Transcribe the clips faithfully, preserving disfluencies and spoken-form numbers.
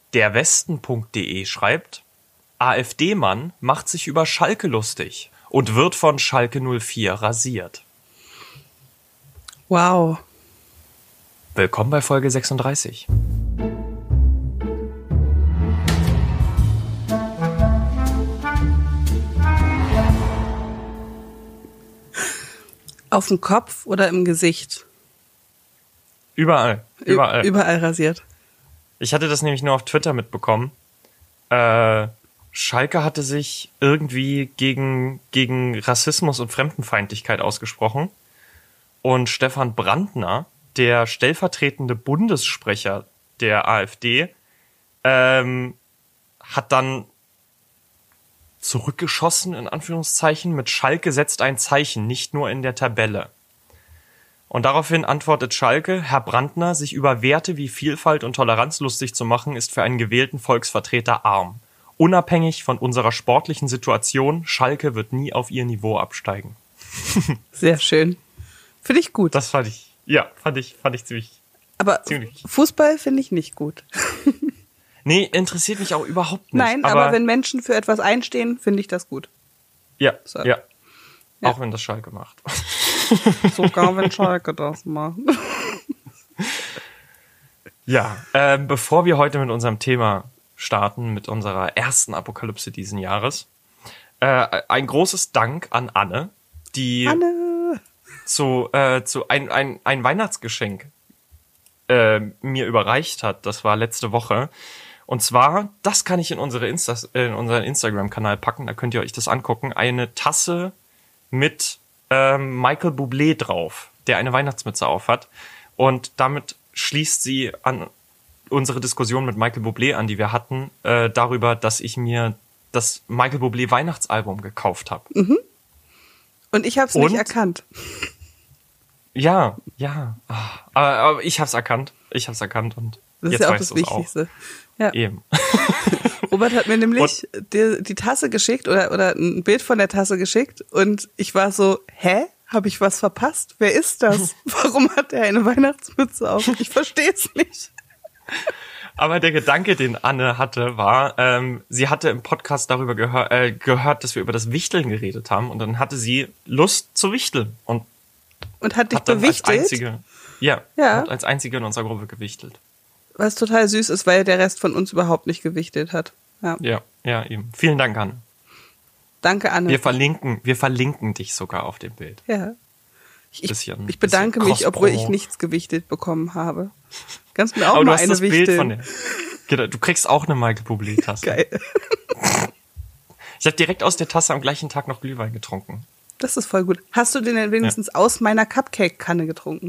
derwesten punkt de schreibt, AfD-Mann macht sich über Schalke lustig und wird von Schalke null vier rasiert. Wow. Willkommen bei Folge sechsunddreißig. Auf dem Kopf oder im Gesicht? Überall, überall. Ü- überall rasiert. Ich hatte das nämlich nur auf Twitter mitbekommen. Äh, Schalke hatte sich irgendwie gegen, gegen Rassismus und Fremdenfeindlichkeit ausgesprochen. Und Stefan Brandner, der stellvertretende Bundessprecher der AfD, ähm, hat dann zurückgeschossen, in Anführungszeichen, mit Schalke setzt ein Zeichen, nicht nur in der Tabelle. Und daraufhin antwortet Schalke, Herr Brandner, sich über Werte wie Vielfalt und Toleranz lustig zu machen, ist für einen gewählten Volksvertreter arm. Unabhängig von unserer sportlichen Situation, Schalke wird nie auf ihr Niveau absteigen. Sehr schön. Finde ich gut. Das fand ich, ja, fand ich, fand ich ziemlich, aber ziemlich. Fußball finde ich nicht gut. Nee, interessiert mich auch überhaupt nicht. Nein, aber, aber wenn Menschen für etwas einstehen, finde ich das gut. Ja, so. ja, ja. Auch wenn das Schalke macht. Sogar wenn Schalke das macht. Ja, äh, bevor wir heute mit unserem Thema starten, mit unserer ersten Apokalypse diesen Jahres, äh, ein großes Dank an Anne, die Anne. zu, äh, zu ein, ein, ein Weihnachtsgeschenk äh, mir überreicht hat. Das war letzte Woche. Und zwar, das kann ich in, unsere Insta- in unseren Instagram-Kanal packen, da könnt ihr euch das angucken, eine Tasse mit ähm, Michael Bublé drauf, der eine Weihnachtsmütze aufhat. Und damit schließt sie an unsere Diskussion mit Michael Bublé an, die wir hatten, äh, darüber, dass ich mir das Michael Bublé Weihnachtsalbum gekauft habe. Mhm. Und ich habe es nicht erkannt. Ja, ja. Aber, aber ich habe es erkannt. Ich habe es erkannt und das jetzt ist ja auch weißt das du's auch. Wichtigste. Ja. Eben. Robert hat mir nämlich die, die Tasse geschickt oder, oder ein Bild von der Tasse geschickt und ich war so, hä? Habe ich was verpasst? Wer ist das? Warum hat er eine Weihnachtsmütze auf? Ich verstehe es nicht. Aber der Gedanke, den Anne hatte, war, ähm, sie hatte im Podcast darüber gehör, äh, gehört, dass wir über das Wichteln geredet haben und dann hatte sie Lust zu wichteln und Und hat dich hat dann bewichtelt? als einzige, ja, Ja. hat als einzige in unserer Gruppe gewichtelt. Was total süß ist, weil der Rest von uns überhaupt nicht gewichtet hat. Ja. Ja, ja, eben. Vielen Dank, Anne. Danke, Anne. Wir verlinken, wir verlinken dich sogar auf dem Bild. Ja. Ich, Bisschen, ich bedanke bisschen mich, obwohl ich Cross-Promo. nichts gewichtet bekommen habe. Kannst mir auch Aber du mal hast eine das Bild wichteln. von der. Genau, du kriegst auch eine Michael Bublé-Tasse. Geil. Ich habe direkt aus der Tasse am gleichen Tag noch Glühwein getrunken. Das ist voll gut. Hast du den denn wenigstens ja. aus meiner Cupcake-Kanne getrunken?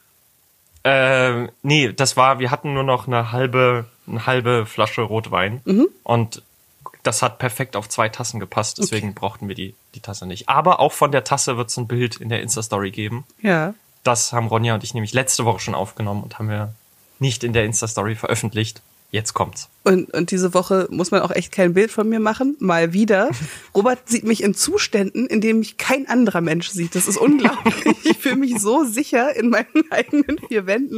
Äh, nee, das war, wir hatten nur noch eine halbe, eine halbe Flasche Rotwein. Mhm. Und das hat perfekt auf zwei Tassen gepasst, deswegen Okay. brauchten wir die, die Tasse nicht. Aber auch von der Tasse wird es ein Bild in der Insta-Story geben. Ja. Das haben Ronja und ich nämlich letzte Woche schon aufgenommen und haben wir nicht in der Insta-Story veröffentlicht. Jetzt kommt's. Und, und diese Woche muss man auch echt kein Bild von mir machen. Mal wieder. Robert sieht mich in Zuständen, in denen mich kein anderer Mensch sieht. Das ist unglaublich. Ich fühle mich so sicher in meinen eigenen vier Wänden.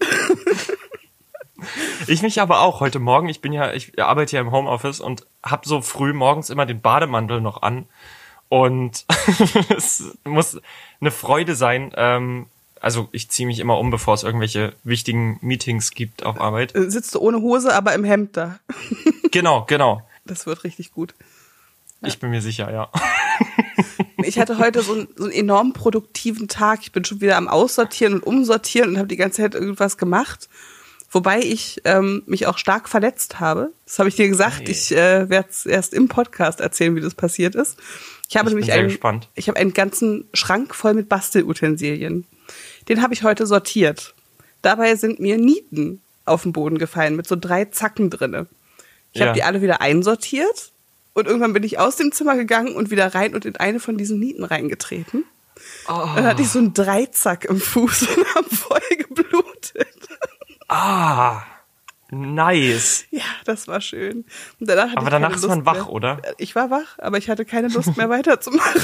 Ich mich aber auch heute Morgen. Ich bin ja, ich arbeite ja im Homeoffice und hab so früh morgens immer den Bademantel noch an. Und es muss eine Freude sein. Ähm, also ich ziehe mich immer um, bevor es irgendwelche wichtigen Meetings gibt auf Arbeit. Sitzt du ohne Hose, aber im Hemd da. Genau, genau. Das wird richtig gut. Ja. Ich bin mir sicher, ja. Ich hatte heute so einen, so einen enorm produktiven Tag. Ich bin schon wieder am Aussortieren und Umsortieren und habe die ganze Zeit irgendwas gemacht. Wobei ich ähm, mich auch stark verletzt habe. Das habe ich dir gesagt. Hey. Ich äh, werde es erst im Podcast erzählen, wie das passiert ist. Ich habe Ich nämlich bin sehr einen, gespannt. ich habe einen ganzen Schrank voll mit Bastelutensilien. Den habe ich heute sortiert. Dabei sind mir Nieten auf den Boden gefallen mit so drei Zacken drinne. Ich Ja. habe die alle wieder einsortiert und irgendwann bin ich aus dem Zimmer gegangen und wieder rein und in eine von diesen Nieten reingetreten. Oh. Dann hatte ich so einen Dreizack im Fuß und habe voll geblutet. Ah, nice. Ja, das war schön. Und danach hatte Aber ich danach keine ist Lust man wach, mehr. oder? Ich war wach, aber ich hatte keine Lust mehr weiterzumachen.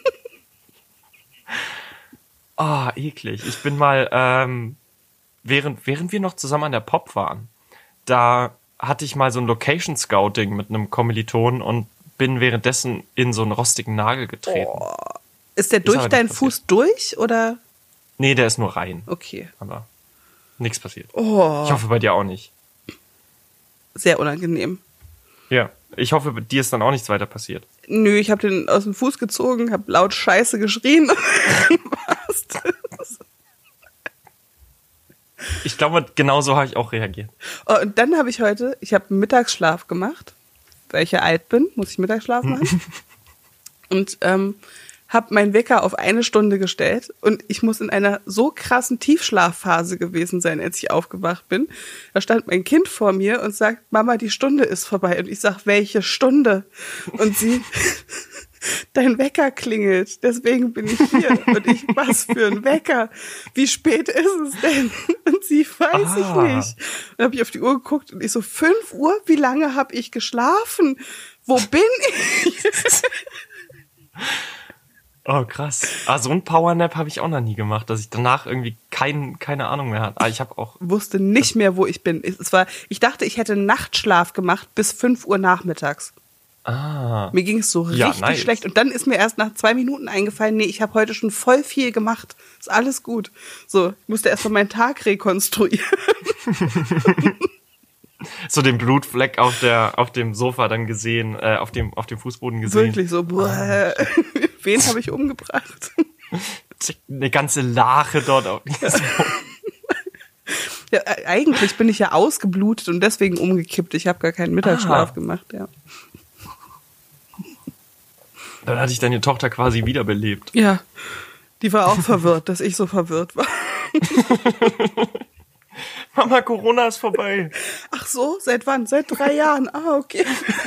Ah, eklig. Ich bin mal, ähm, während, während wir noch zusammen an der Pop waren, da hatte ich mal so ein Location-Scouting mit einem Kommiliton und bin währenddessen in so einen rostigen Nagel getreten. Oh. Ist der Ist durch aber deinen nicht Fuß durch, oder? Nee, der ist nur rein. Okay. Aber nichts passiert. Oh, Ich hoffe, bei dir auch nicht. sehr unangenehm. Ja, ich hoffe, bei dir ist dann auch nichts weiter passiert. Nö, ich habe den aus dem Fuß gezogen, habe laut Scheiße geschrien. Was? Ich glaube, genau so habe ich auch reagiert. Oh, und dann habe ich heute, ich habe einen Mittagsschlaf gemacht, weil ich ja alt bin, muss ich Mittagsschlaf machen. Und ähm, habe meinen Wecker auf eine Stunde gestellt und ich muss in einer so krassen Tiefschlafphase gewesen sein, als ich aufgewacht bin. Da stand mein Kind vor mir und sagt, Mama, die Stunde ist vorbei. Und ich sag, welche Stunde? Und sie, dein Wecker klingelt, deswegen bin ich hier. Und ich, was für ein Wecker? Wie spät ist es denn? Und sie, weiß Ah. ich nicht. Und dann habe ich auf die Uhr geguckt und ich so, fünf Uhr? Wie lange habe ich geschlafen? Wo bin ich? Oh, krass. Ah, so ein Powernap habe ich auch noch nie gemacht, dass ich danach irgendwie kein, keine Ahnung mehr hatte. Ah, ich habe auch... Wusste nicht mehr, wo ich bin. Es war, ich dachte, ich hätte Nachtschlaf gemacht bis fünf Uhr nachmittags. Ah. Mir ging es so Ja, richtig nice. schlecht. Und dann ist mir erst nach zwei Minuten eingefallen, nee, ich habe heute schon voll viel gemacht. Ist alles gut. So, ich musste erst mal meinen Tag rekonstruieren. So den Blutfleck auf der auf dem Sofa dann gesehen, äh, auf dem auf dem Fußboden gesehen. Wirklich so, boah, wen habe ich umgebracht? Eine ganze Lache dort auf diesem Ja, äh, eigentlich bin ich ja ausgeblutet und deswegen umgekippt. Ich habe gar keinen Mittagsschlaf Ah. gemacht, ja. Dann hatte ich deine Tochter quasi wiederbelebt. Ja, die war auch verwirrt, dass ich so verwirrt war. Mama, Corona ist vorbei. Ach so, seit wann? Seit drei Jahren. Ah, okay.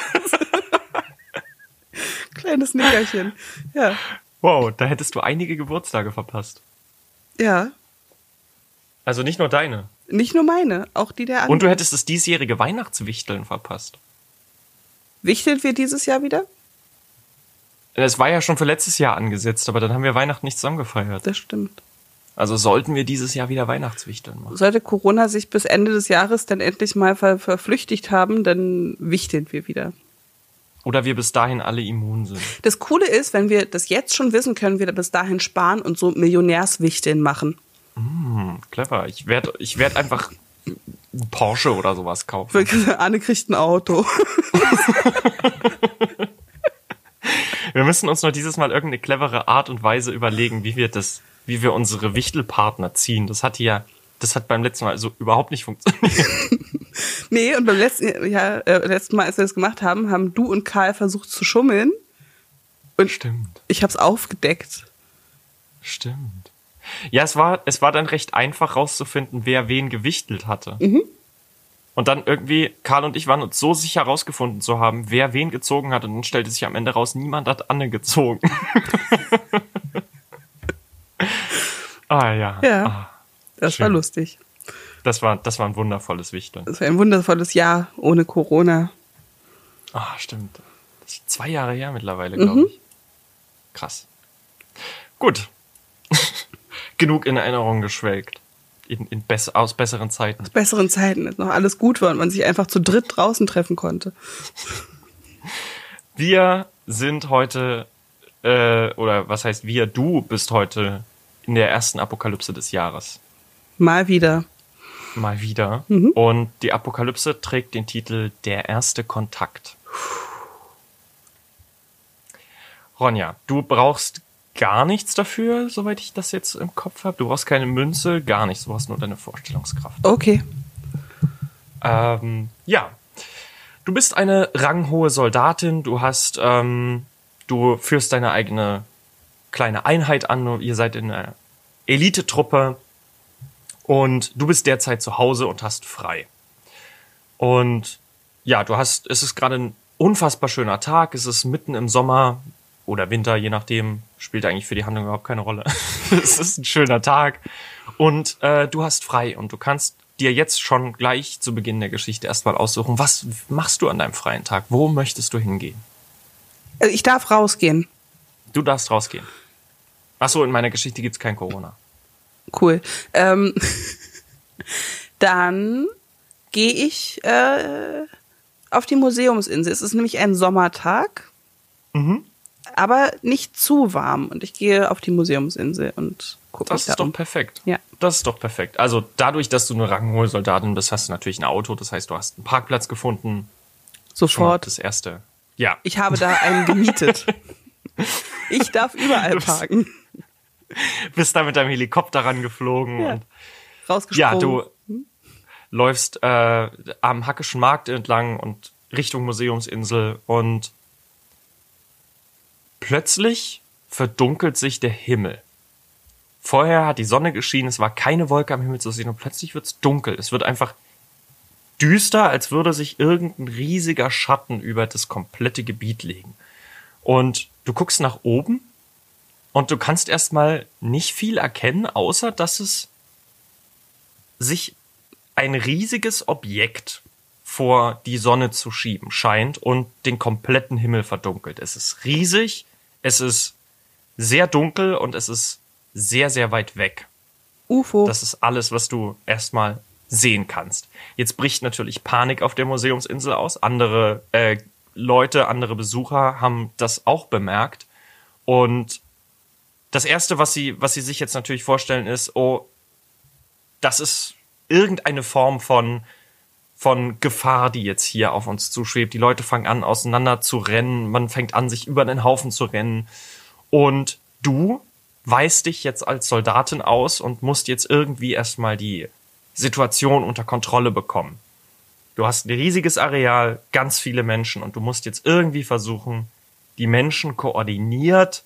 Kleines Nickerchen. Ja. Wow, da hättest du einige Geburtstage verpasst. Ja. Also nicht nur deine. Nicht nur meine, auch die der anderen. Und du hättest das diesjährige Weihnachtswichteln verpasst. Wichteln wir dieses Jahr wieder? Es war ja schon für letztes Jahr angesetzt, aber dann haben wir Weihnachten nicht zusammen gefeiert. Das stimmt. Also sollten wir dieses Jahr wieder Weihnachtswichteln machen. Sollte Corona sich bis Ende des Jahres dann endlich mal ver verflüchtigt haben, dann wichteln wir wieder. Oder wir bis dahin alle immun sind. Das Coole ist, wenn wir das jetzt schon wissen, können wir bis dahin sparen und so Millionärswichteln machen. Hm, clever. Ich werde ich werd einfach ein Porsche oder sowas kaufen. Wirklich, Anne kriegt ein Auto. Wir müssen uns noch dieses Mal irgendeine clevere Art und Weise überlegen, wie wir das, wie wir unsere Wichtelpartner ziehen. Das hat ja, das hat beim letzten Mal so überhaupt nicht funktioniert. Nee, und beim letzten, ja, äh, letzten Mal, als wir das gemacht haben, haben du und Karl versucht zu schummeln. Und Stimmt. ich hab's aufgedeckt. Stimmt. Ja, es war, es war dann recht einfach rauszufinden, wer wen gewichtelt hatte. Mhm. Und dann irgendwie, Karl und ich waren uns so sicher rausgefunden zu haben, wer wen gezogen hat. Und dann stellte sich am Ende raus, niemand hat Anne gezogen. ah ja. Ja, ah, das schön. war lustig. Das war, das war ein wundervolles Wichteln. Das war ein wundervolles Jahr ohne Corona. Ah, stimmt. Das ist zwei Jahre her mittlerweile, glaube Mhm. ich. Krass. Gut. Genug in Erinnerung geschwelgt. In, in bess- aus besseren Zeiten. Besseren Zeiten, als noch alles gut war und man sich einfach zu dritt draußen treffen konnte. Wir sind heute, äh, oder was heißt wir, du bist heute in der ersten Apokalypse des Jahres. Mal wieder. Mal wieder. Mhm. Und die Apokalypse trägt den Titel Der erste Kontakt. Ronja, du brauchst gar nichts dafür, soweit ich das jetzt im Kopf habe. Du brauchst keine Münze, gar nichts. Du brauchst nur deine Vorstellungskraft. Okay. Ähm, ja. Du bist eine ranghohe Soldatin. Du hast, ähm, du führst deine eigene kleine Einheit an. Ihr seid in einer Elitetruppe. Und du bist derzeit zu Hause und hast frei. Und ja, du hast, es ist gerade ein unfassbar schöner Tag. Es ist mitten im Sommer oder Winter, je nachdem, spielt eigentlich für die Handlung überhaupt keine Rolle. Es ist ein schöner Tag und äh, du hast frei und du kannst dir jetzt schon gleich zu Beginn der Geschichte erstmal aussuchen, was machst du an deinem freien Tag? Wo möchtest du hingehen? Also ich darf rausgehen. Du darfst rausgehen. Ach so, in meiner Geschichte gibt's kein Corona. Cool. Ähm, dann gehe ich äh, auf die Museumsinsel. Es ist nämlich ein Sommertag, Mhm. aber nicht zu warm. Und ich gehe auf die Museumsinsel und gucke mich Das da ist doch um. perfekt. Ja. Das ist doch perfekt. Also dadurch, dass du eine ranghohe Soldatin bist, hast du natürlich ein Auto. Das heißt, du hast einen Parkplatz gefunden. Schon mal Sofort. das Erste. Ja. Ich habe da einen gemietet. Ich darf überall parken. Bist da mit deinem Helikopter rangeflogen. Ja. Und Rausgesprungen. ja, du läufst äh, am Hackischen Markt entlang und Richtung Museumsinsel und plötzlich verdunkelt sich der Himmel. Vorher hat die Sonne geschienen, es war keine Wolke am Himmel zu sehen und plötzlich wird es dunkel. Es wird einfach düster, als würde sich irgendein riesiger Schatten über das komplette Gebiet legen. Und du guckst nach oben und du kannst erstmal nicht viel erkennen, außer dass es sich ein riesiges Objekt vor die Sonne zu schieben scheint und den kompletten Himmel verdunkelt. Es ist riesig, es ist sehr dunkel und es ist sehr, sehr weit weg. U F O. Das ist alles, was du erstmal sehen kannst. Jetzt bricht natürlich Panik auf der Museumsinsel aus. Andere äh, Leute, andere Besucher haben das auch bemerkt. Und das Erste, was sie, was sie sich jetzt natürlich vorstellen, ist, oh, das ist irgendeine Form von, von Gefahr, die jetzt hier auf uns zuschwebt. Die Leute fangen an, auseinander zu rennen. Man fängt an, sich über den Haufen zu rennen. Und du weist dich jetzt als Soldatin aus und musst jetzt irgendwie erstmal die Situation unter Kontrolle bekommen. Du hast ein riesiges Areal, ganz viele Menschen und du musst jetzt irgendwie versuchen, die Menschen koordiniert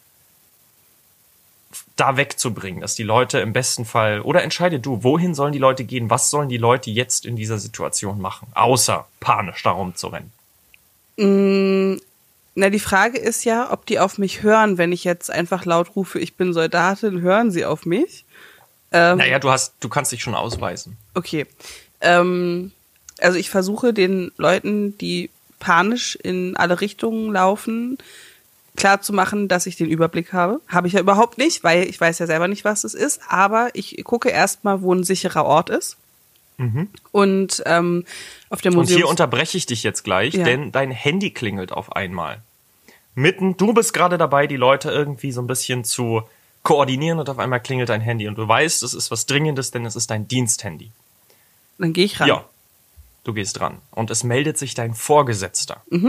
da wegzubringen, dass die Leute im besten Fall, oder entscheide du, wohin sollen die Leute gehen, was sollen die Leute jetzt in dieser Situation machen, außer panisch darum zu rennen. Mm, na, die Frage ist ja, ob die auf mich hören, wenn ich jetzt einfach laut rufe, ich bin Soldatin, hören sie auf mich? Ähm, Naja, du hast, du kannst dich schon ausweisen. Okay. Ähm, also ich versuche den Leuten, die panisch in alle Richtungen laufen, klar zu machen, dass ich den Überblick habe. Habe ich ja überhaupt nicht, weil ich weiß ja selber nicht, was es ist. Aber ich gucke erstmal, wo ein sicherer Ort ist. Mhm. Und ähm, auf der Und Museums... hier unterbreche ich dich jetzt gleich, Ja. denn dein Handy klingelt auf einmal. Mitten, du bist gerade dabei, die Leute irgendwie so ein bisschen zu koordinieren und auf einmal klingelt dein Handy. Und du weißt, es ist was Dringendes, denn es ist dein Diensthandy. Dann gehe ich ran. Ja, du gehst ran. Und es meldet sich dein Vorgesetzter. Mhm.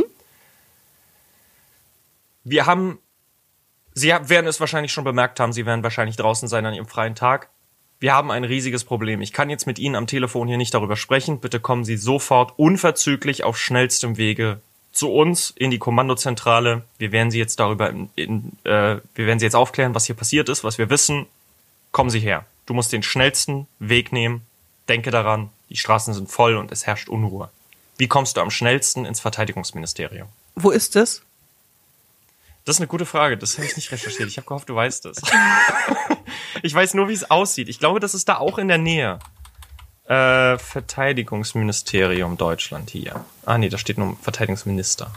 Wir haben, Sie werden es wahrscheinlich schon bemerkt haben, Sie werden wahrscheinlich draußen sein an Ihrem freien Tag. Wir haben ein riesiges Problem. Ich kann jetzt mit Ihnen am Telefon hier nicht darüber sprechen. Bitte kommen Sie sofort unverzüglich auf schnellstem Wege zu uns in die Kommandozentrale. Wir werden Sie jetzt darüber, in, in, äh, wir werden Sie jetzt aufklären, was hier passiert ist, was wir wissen. Kommen Sie her. Du musst den schnellsten Weg nehmen. Denke daran, die Straßen sind voll und es herrscht Unruhe. Wie kommst du am schnellsten ins Verteidigungsministerium? Wo ist es? Das ist eine gute Frage. Das habe ich nicht recherchiert. Ich habe gehofft, du weißt es. Ich weiß nur, wie es aussieht. Ich glaube, das ist da auch in der Nähe. Äh, Verteidigungsministerium Deutschland hier. Ah, nee, da steht nur Verteidigungsminister.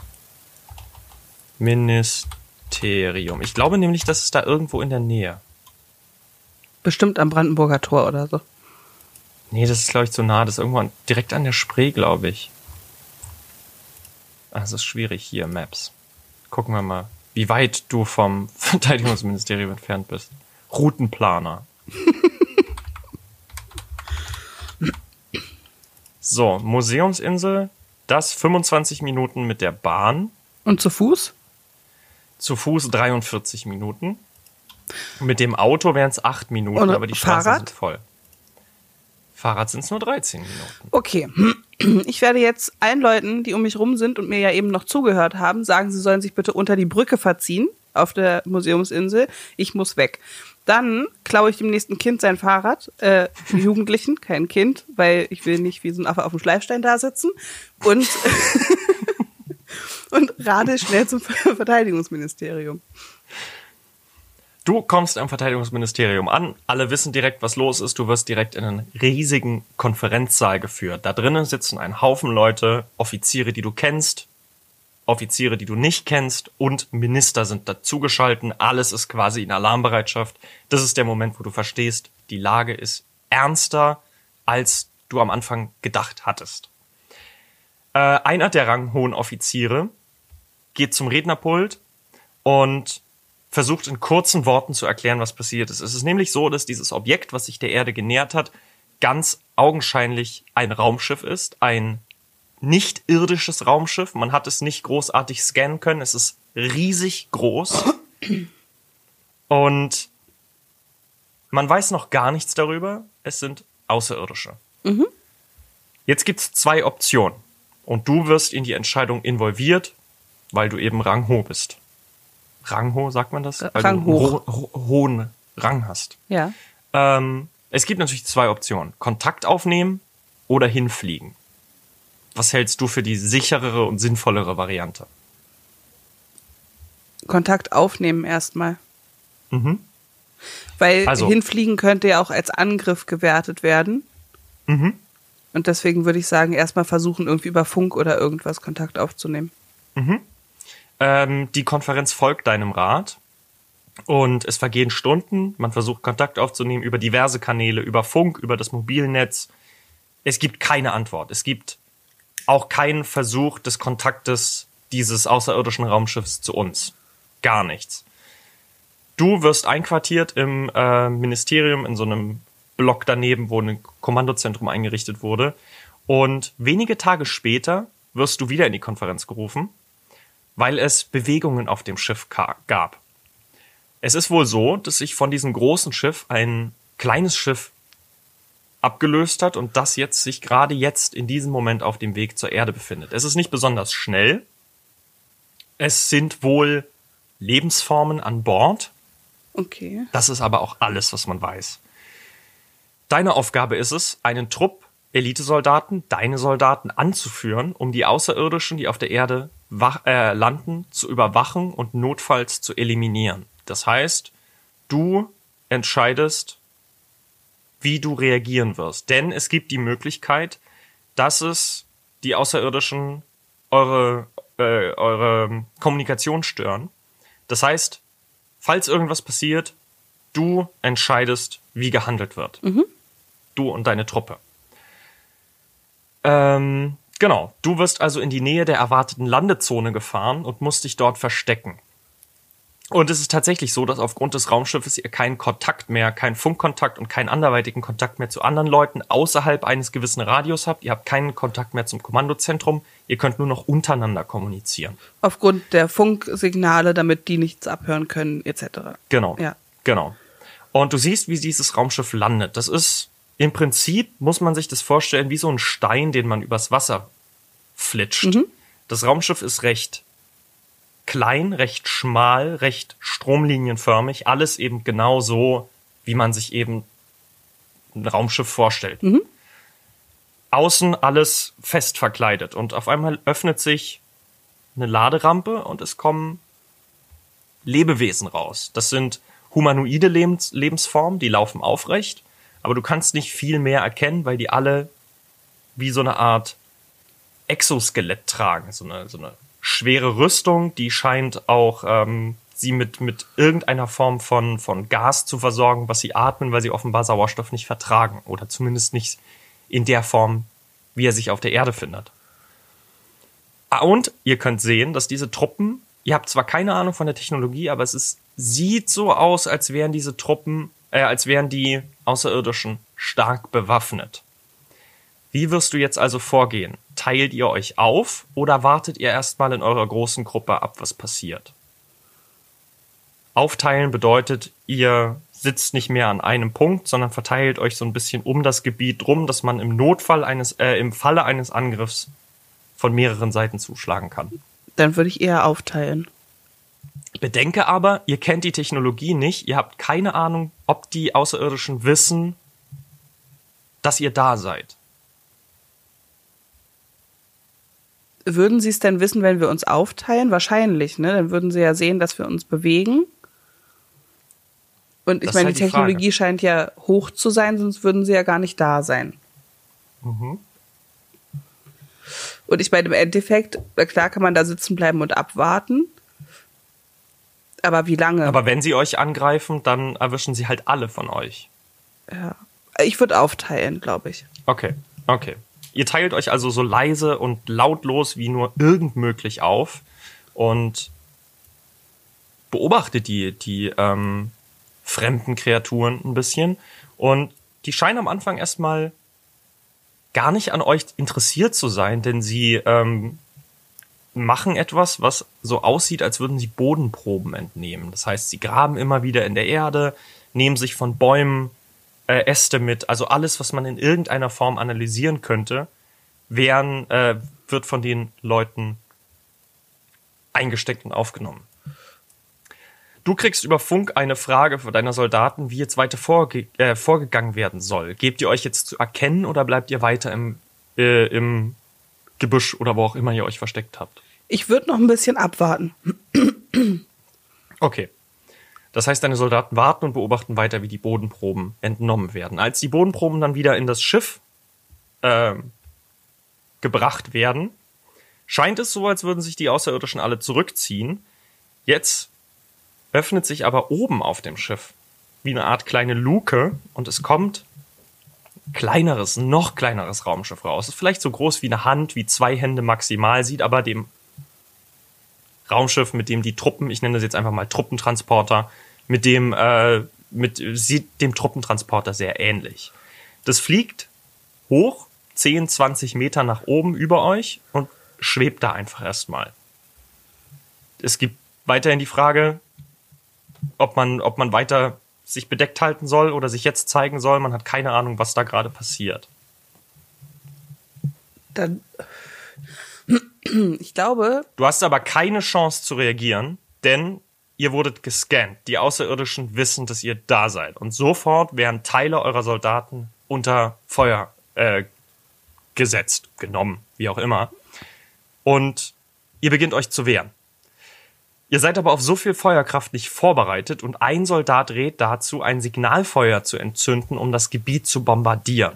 Ministerium. Ich glaube nämlich, das ist da irgendwo in der Nähe. Bestimmt am Brandenburger Tor oder so. Nee, das ist, glaube ich, zu nah. Das ist irgendwo an, direkt an der Spree, glaube ich. Ah, das ist schwierig hier, Maps. Gucken wir mal, wie weit du vom Verteidigungsministerium entfernt bist. Routenplaner. So, Museumsinsel, das fünfundzwanzig Minuten mit der Bahn. Und zu Fuß? Zu Fuß dreiundvierzig Minuten. Mit dem Auto wären es acht Minuten, Und aber die Straßen Fahrrad? sind voll. Fahrrad sind es nur dreizehn Minuten. Okay. Ich werde jetzt allen Leuten, die um mich rum sind und mir ja eben noch zugehört haben, sagen, sie sollen sich bitte unter die Brücke verziehen auf der Museumsinsel. Ich muss weg. Dann klaue ich dem nächsten Kind sein Fahrrad, äh, Jugendlichen, kein Kind, weil ich will nicht wie so ein Affe auf dem Schleifstein da sitzen. Und, und radel schnell zum Verteidigungsministerium. Du kommst am Verteidigungsministerium an, alle wissen direkt, was los ist, du wirst direkt in einen riesigen Konferenzsaal geführt. Da drinnen sitzen ein Haufen Leute, Offiziere, die du kennst, Offiziere, die du nicht kennst und Minister sind dazugeschalten. Alles ist quasi in Alarmbereitschaft. Das ist der Moment, wo du verstehst, die Lage ist ernster, als du am Anfang gedacht hattest. Äh, einer der ranghohen Offiziere geht zum Rednerpult und versucht in kurzen Worten zu erklären, was passiert ist. Es ist nämlich so, dass dieses Objekt, was sich der Erde genähert hat, ganz augenscheinlich ein Raumschiff ist, ein nicht irdisches Raumschiff. Man hat es nicht großartig scannen können. Es ist riesig groß. Und man weiß noch gar nichts darüber. Es sind Außerirdische. Mhm. Jetzt gibt es zwei Optionen. Und du wirst in die Entscheidung involviert, weil du eben ranghoch bist. Ranghoch, sagt man das? Weil Ranghoch. du ho- ho- hohen Rang hast. Ja. Ähm, es gibt natürlich zwei Optionen. Kontakt aufnehmen oder hinfliegen. Was hältst du für die sicherere und sinnvollere Variante? Kontakt aufnehmen erstmal. Mhm. Weil Also- hinfliegen könnte ja auch als Angriff gewertet werden. Mhm. Und deswegen würde ich sagen, erstmal versuchen, irgendwie über Funk oder irgendwas Kontakt aufzunehmen. Ähm, die Konferenz folgt deinem Rat und es vergehen Stunden. Man versucht Kontakt aufzunehmen über diverse Kanäle, über Funk, über das Mobilnetz. Es gibt keine Antwort. Es gibt auch keinen Versuch des Kontaktes dieses außerirdischen Raumschiffs zu uns. Gar nichts. Du wirst einquartiert im äh, Ministerium in so einem Block daneben, wo ein Kommandozentrum eingerichtet wurde. Und wenige Tage später wirst du wieder in die Konferenz gerufen, weil es Bewegungen auf dem Schiff ka- gab. Es ist wohl so, dass sich von diesem großen Schiff ein kleines Schiff abgelöst hat und das jetzt sich gerade jetzt in diesem Moment auf dem Weg zur Erde befindet. Es ist nicht besonders schnell. Es sind wohl Lebensformen an Bord. Okay. Das ist aber auch alles, was man weiß. Deine Aufgabe ist es, einen Trupp Elitesoldaten, deine Soldaten anzuführen, um die Außerirdischen, die auf der Erde wach, äh, landen, zu überwachen und notfalls zu eliminieren. Das heißt, du entscheidest, wie du reagieren wirst. Denn es gibt die Möglichkeit, dass es die Außerirdischen eure, äh, eure Kommunikation stören. Das heißt, falls irgendwas passiert, du entscheidest, wie gehandelt wird. Mhm. Du und deine Truppe. Ähm, genau. Du wirst also in die Nähe der erwarteten Landezone gefahren und musst dich dort verstecken. Und es ist tatsächlich so, dass aufgrund des Raumschiffes ihr keinen Kontakt mehr, keinen Funkkontakt und keinen anderweitigen Kontakt mehr zu anderen Leuten außerhalb eines gewissen Radius habt. Ihr habt keinen Kontakt mehr zum Kommandozentrum. Ihr könnt nur noch untereinander kommunizieren. Aufgrund der Funksignale, damit die nichts abhören können, et cetera. Genau. Ja. Genau. Und du siehst, wie dieses Raumschiff landet. Das ist im Prinzip, muss man sich das vorstellen, wie so ein Stein, den man übers Wasser flitscht. Mhm. Das Raumschiff ist recht klein, recht schmal, recht stromlinienförmig. Alles eben genau so, wie man sich eben ein Raumschiff vorstellt. Mhm. Außen alles fest verkleidet. Und auf einmal öffnet sich eine Laderampe und es kommen Lebewesen raus. Das sind humanoide Lebens- Lebensformen, die laufen aufrecht. Aber du kannst nicht viel mehr erkennen, weil die alle wie so eine Art Exoskelett tragen. So eine, so eine schwere Rüstung, die scheint auch ähm, sie mit, mit irgendeiner Form von, von Gas zu versorgen, was sie atmen, weil sie offenbar Sauerstoff nicht vertragen. Oder zumindest nicht in der Form, wie er sich auf der Erde findet. Und ihr könnt sehen, dass diese Truppen, ihr habt zwar keine Ahnung von der Technologie, aber es ist, sieht so aus, als wären diese Truppen Äh, als wären die Außerirdischen stark bewaffnet. Wie wirst du jetzt also vorgehen? Teilt ihr euch auf oder wartet ihr erstmal in eurer großen Gruppe ab, was passiert? Aufteilen bedeutet, ihr sitzt nicht mehr an einem Punkt, sondern verteilt euch so ein bisschen um das Gebiet rum, dass man im Notfall eines, äh, im Falle eines Angriffs von mehreren Seiten zuschlagen kann. Dann würde ich eher aufteilen. Bedenke aber, ihr kennt die Technologie nicht, ihr habt keine Ahnung, ob die Außerirdischen wissen, dass ihr da seid. Würden sie es denn wissen, wenn wir uns aufteilen? Wahrscheinlich, ne? Dann würden sie ja sehen, dass wir uns bewegen. Und ich Das ist meine, halt die die Technologie Frage. scheint ja hoch zu sein, sonst würden sie ja gar nicht da sein. Mhm. Und ich meine, im Endeffekt, klar kann man da sitzen bleiben und abwarten. Aber wie lange? Aber wenn sie euch angreifen, dann erwischen sie halt alle von euch. Ja. Ich würde aufteilen, glaube ich. Okay, okay. Ihr teilt euch also so leise und lautlos wie nur irgend möglich auf und beobachtet die, die ähm, fremden Kreaturen ein bisschen. Und die scheinen am Anfang erstmal gar nicht an euch interessiert zu sein, denn sie ähm, machen etwas, was so aussieht, als würden sie Bodenproben entnehmen. Das heißt, sie graben immer wieder in der Erde, nehmen sich von Bäumen äh, Äste mit, also alles, was man in irgendeiner Form analysieren könnte, werden, äh, wird von den Leuten eingesteckt und aufgenommen. Du kriegst über Funk eine Frage von deiner Soldaten, wie jetzt weiter vorge- äh, vorgegangen werden soll. Gebt ihr euch jetzt zu erkennen oder bleibt ihr weiter im, äh, im Gebüsch oder wo auch immer ihr euch versteckt habt? Ich würde noch ein bisschen abwarten. Okay. Das heißt, deine Soldaten warten und beobachten weiter, wie die Bodenproben entnommen werden. Als die Bodenproben dann wieder in das Schiff äh, gebracht werden, scheint es so, als würden sich die Außerirdischen alle zurückziehen. Jetzt öffnet sich aber oben auf dem Schiff wie eine Art kleine Luke und es kommt kleineres, noch kleineres Raumschiff raus. Ist vielleicht so groß wie eine Hand, wie zwei Hände maximal, sieht aber dem Raumschiff, mit dem die Truppen, ich nenne das jetzt einfach mal Truppentransporter, mit dem, äh, mit, sieht dem Truppentransporter sehr ähnlich. Das fliegt hoch, zehn, zwanzig Meter nach oben über euch und schwebt da einfach erstmal. Es gibt weiterhin die Frage, ob man, ob man weiter sich bedeckt halten soll oder sich jetzt zeigen soll. Man hat keine Ahnung, was da gerade passiert. Dann, ich glaube... Du hast aber keine Chance zu reagieren, denn ihr wurdet gescannt. Die Außerirdischen wissen, dass ihr da seid. Und sofort werden Teile eurer Soldaten unter Feuer äh, gesetzt, genommen, wie auch immer. Und ihr beginnt euch zu wehren. Ihr seid aber auf so viel Feuerkraft nicht vorbereitet und ein Soldat rät dazu, ein Signalfeuer zu entzünden, um das Gebiet zu bombardieren.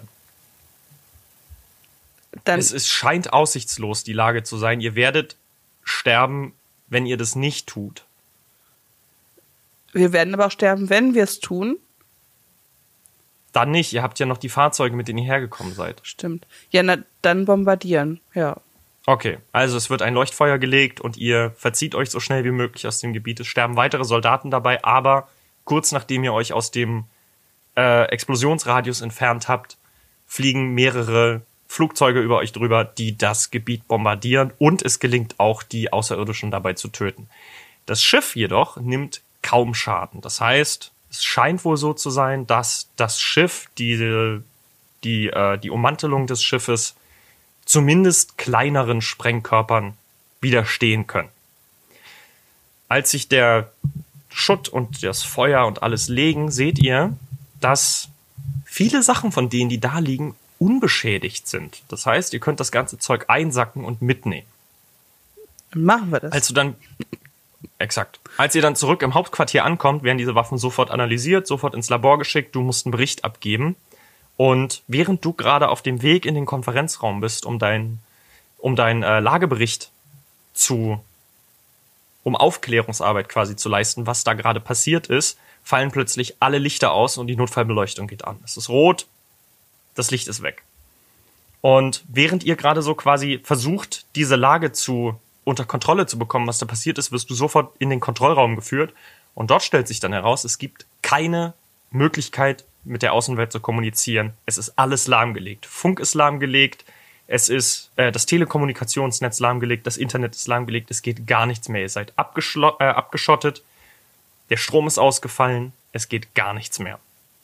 Dann es, es scheint aussichtslos, die Lage zu sein. Ihr werdet sterben, wenn ihr das nicht tut. Wir werden aber auch sterben, wenn wir es tun. Dann nicht. Ihr habt ja noch die Fahrzeuge, mit denen ihr hergekommen seid. Stimmt. Ja, na, dann bombardieren, ja. Okay, also es wird ein Leuchtfeuer gelegt und ihr verzieht euch so schnell wie möglich aus dem Gebiet. Es sterben weitere Soldaten dabei, aber kurz nachdem ihr euch aus dem äh, Explosionsradius entfernt habt, fliegen mehrere Flugzeuge über euch drüber, die das Gebiet bombardieren und es gelingt auch, die Außerirdischen dabei zu töten. Das Schiff jedoch nimmt kaum Schaden. Das heißt, es scheint wohl so zu sein, dass das Schiff, die, die, äh, die Ummantelung des Schiffes zumindest kleineren Sprengkörpern widerstehen können. Als sich der Schutt und das Feuer und alles legen, seht ihr, dass viele Sachen von denen, die da liegen, unbeschädigt sind. Das heißt, ihr könnt das ganze Zeug einsacken und mitnehmen. Machen wir das. Als du dann, exakt. Als ihr dann zurück im Hauptquartier ankommt, werden diese Waffen sofort analysiert, sofort ins Labor geschickt, du musst einen Bericht abgeben. Und während du gerade auf dem Weg in den Konferenzraum bist, um dein, um deinen äh, Lagebericht zu, um Aufklärungsarbeit quasi zu leisten, was da gerade passiert ist, fallen plötzlich alle Lichter aus und die Notfallbeleuchtung geht an. Es ist rot, das Licht ist weg. Und während ihr gerade so quasi versucht, diese Lage zu unter Kontrolle zu bekommen, was da passiert ist, wirst du sofort in den Kontrollraum geführt. Und dort stellt sich dann heraus, es gibt keine Möglichkeit, mit der Außenwelt zu kommunizieren. Es ist alles lahmgelegt. Funk ist lahmgelegt, es ist äh, das Telekommunikationsnetz lahmgelegt, das Internet ist lahmgelegt, es geht gar nichts mehr. Ihr seid abgeschlo- äh, abgeschottet, der Strom ist ausgefallen, es geht gar nichts mehr.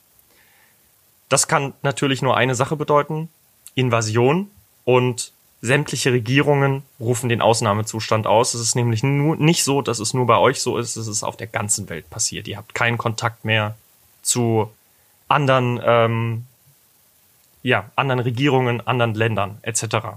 Das kann natürlich nur eine Sache bedeuten, Invasion, und sämtliche Regierungen rufen den Ausnahmezustand aus. Es ist nämlich nur, nicht so, dass es nur bei euch so ist, es ist auf der ganzen Welt passiert. Ihr habt keinen Kontakt mehr zu anderen, ähm, ja, anderen Regierungen, anderen Ländern et cetera.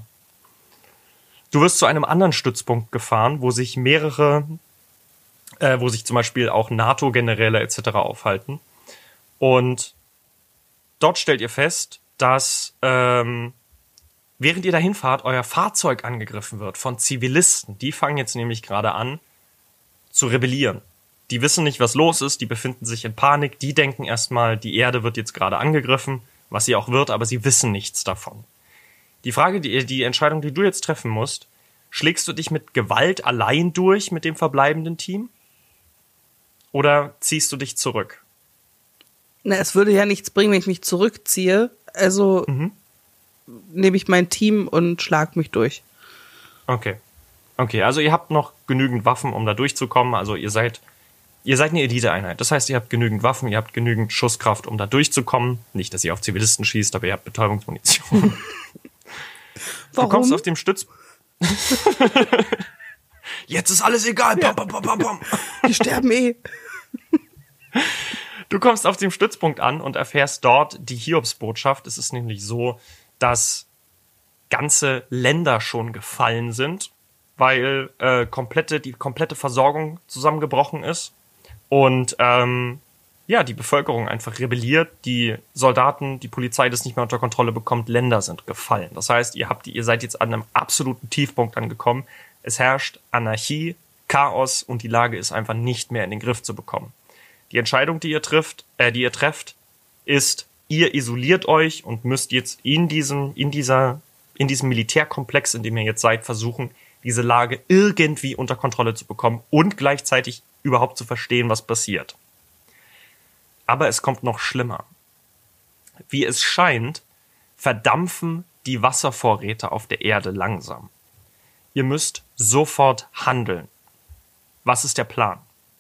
Du wirst zu einem anderen Stützpunkt gefahren, wo sich mehrere, äh, wo sich zum Beispiel auch NATO-Generäle et cetera aufhalten. Und dort stellt ihr fest, dass ähm, während ihr dahin fahrt, euer Fahrzeug angegriffen wird von Zivilisten. Die fangen jetzt nämlich gerade an zu rebellieren. Die wissen nicht, was los ist, die befinden sich in Panik, die denken erstmal, die Erde wird jetzt gerade angegriffen, was sie auch wird, aber sie wissen nichts davon. Die Frage, die, die Entscheidung, die du jetzt treffen musst, schlägst du dich mit Gewalt allein durch mit dem verbleibenden Team? Oder ziehst du dich zurück? Na, es würde ja nichts bringen, wenn ich mich zurückziehe. Also mhm. nehme ich mein Team und schlag mich durch. Okay. Okay, also ihr habt noch genügend Waffen, um da durchzukommen. Also ihr seid, ihr seid eine Eliteeinheit. Das heißt, ihr habt genügend Waffen, ihr habt genügend Schusskraft, um da durchzukommen. Nicht, dass ihr auf Zivilisten schießt, aber ihr habt Betäubungsmunition. Warum? Du kommst auf dem Stütz... Jetzt ist alles egal. Ja. Pam, pam, pam, pam. Die sterben eh. Du kommst auf dem Stützpunkt an und erfährst dort die Hiobsbotschaft. Es ist nämlich so, dass ganze Länder schon gefallen sind, weil äh, komplette, die komplette Versorgung zusammengebrochen ist und ähm, ja, die Bevölkerung einfach rebelliert, die Soldaten, die Polizei das nicht mehr unter Kontrolle bekommt, Länder sind gefallen. Das heißt, ihr habt, ihr seid jetzt an einem absoluten Tiefpunkt angekommen. Es herrscht Anarchie, Chaos und die Lage ist einfach nicht mehr in den Griff zu bekommen. Die Entscheidung, die ihr trifft, äh, die ihr trefft, ist, ihr isoliert euch und müsst jetzt in diesem, in dieser, in diesem Militärkomplex, in dem ihr jetzt seid, versuchen, diese Lage irgendwie unter Kontrolle zu bekommen und gleichzeitig überhaupt zu verstehen, was passiert. Aber es kommt noch schlimmer. Wie es scheint, verdampfen die Wasservorräte auf der Erde langsam. Ihr müsst sofort handeln. Was ist der Plan?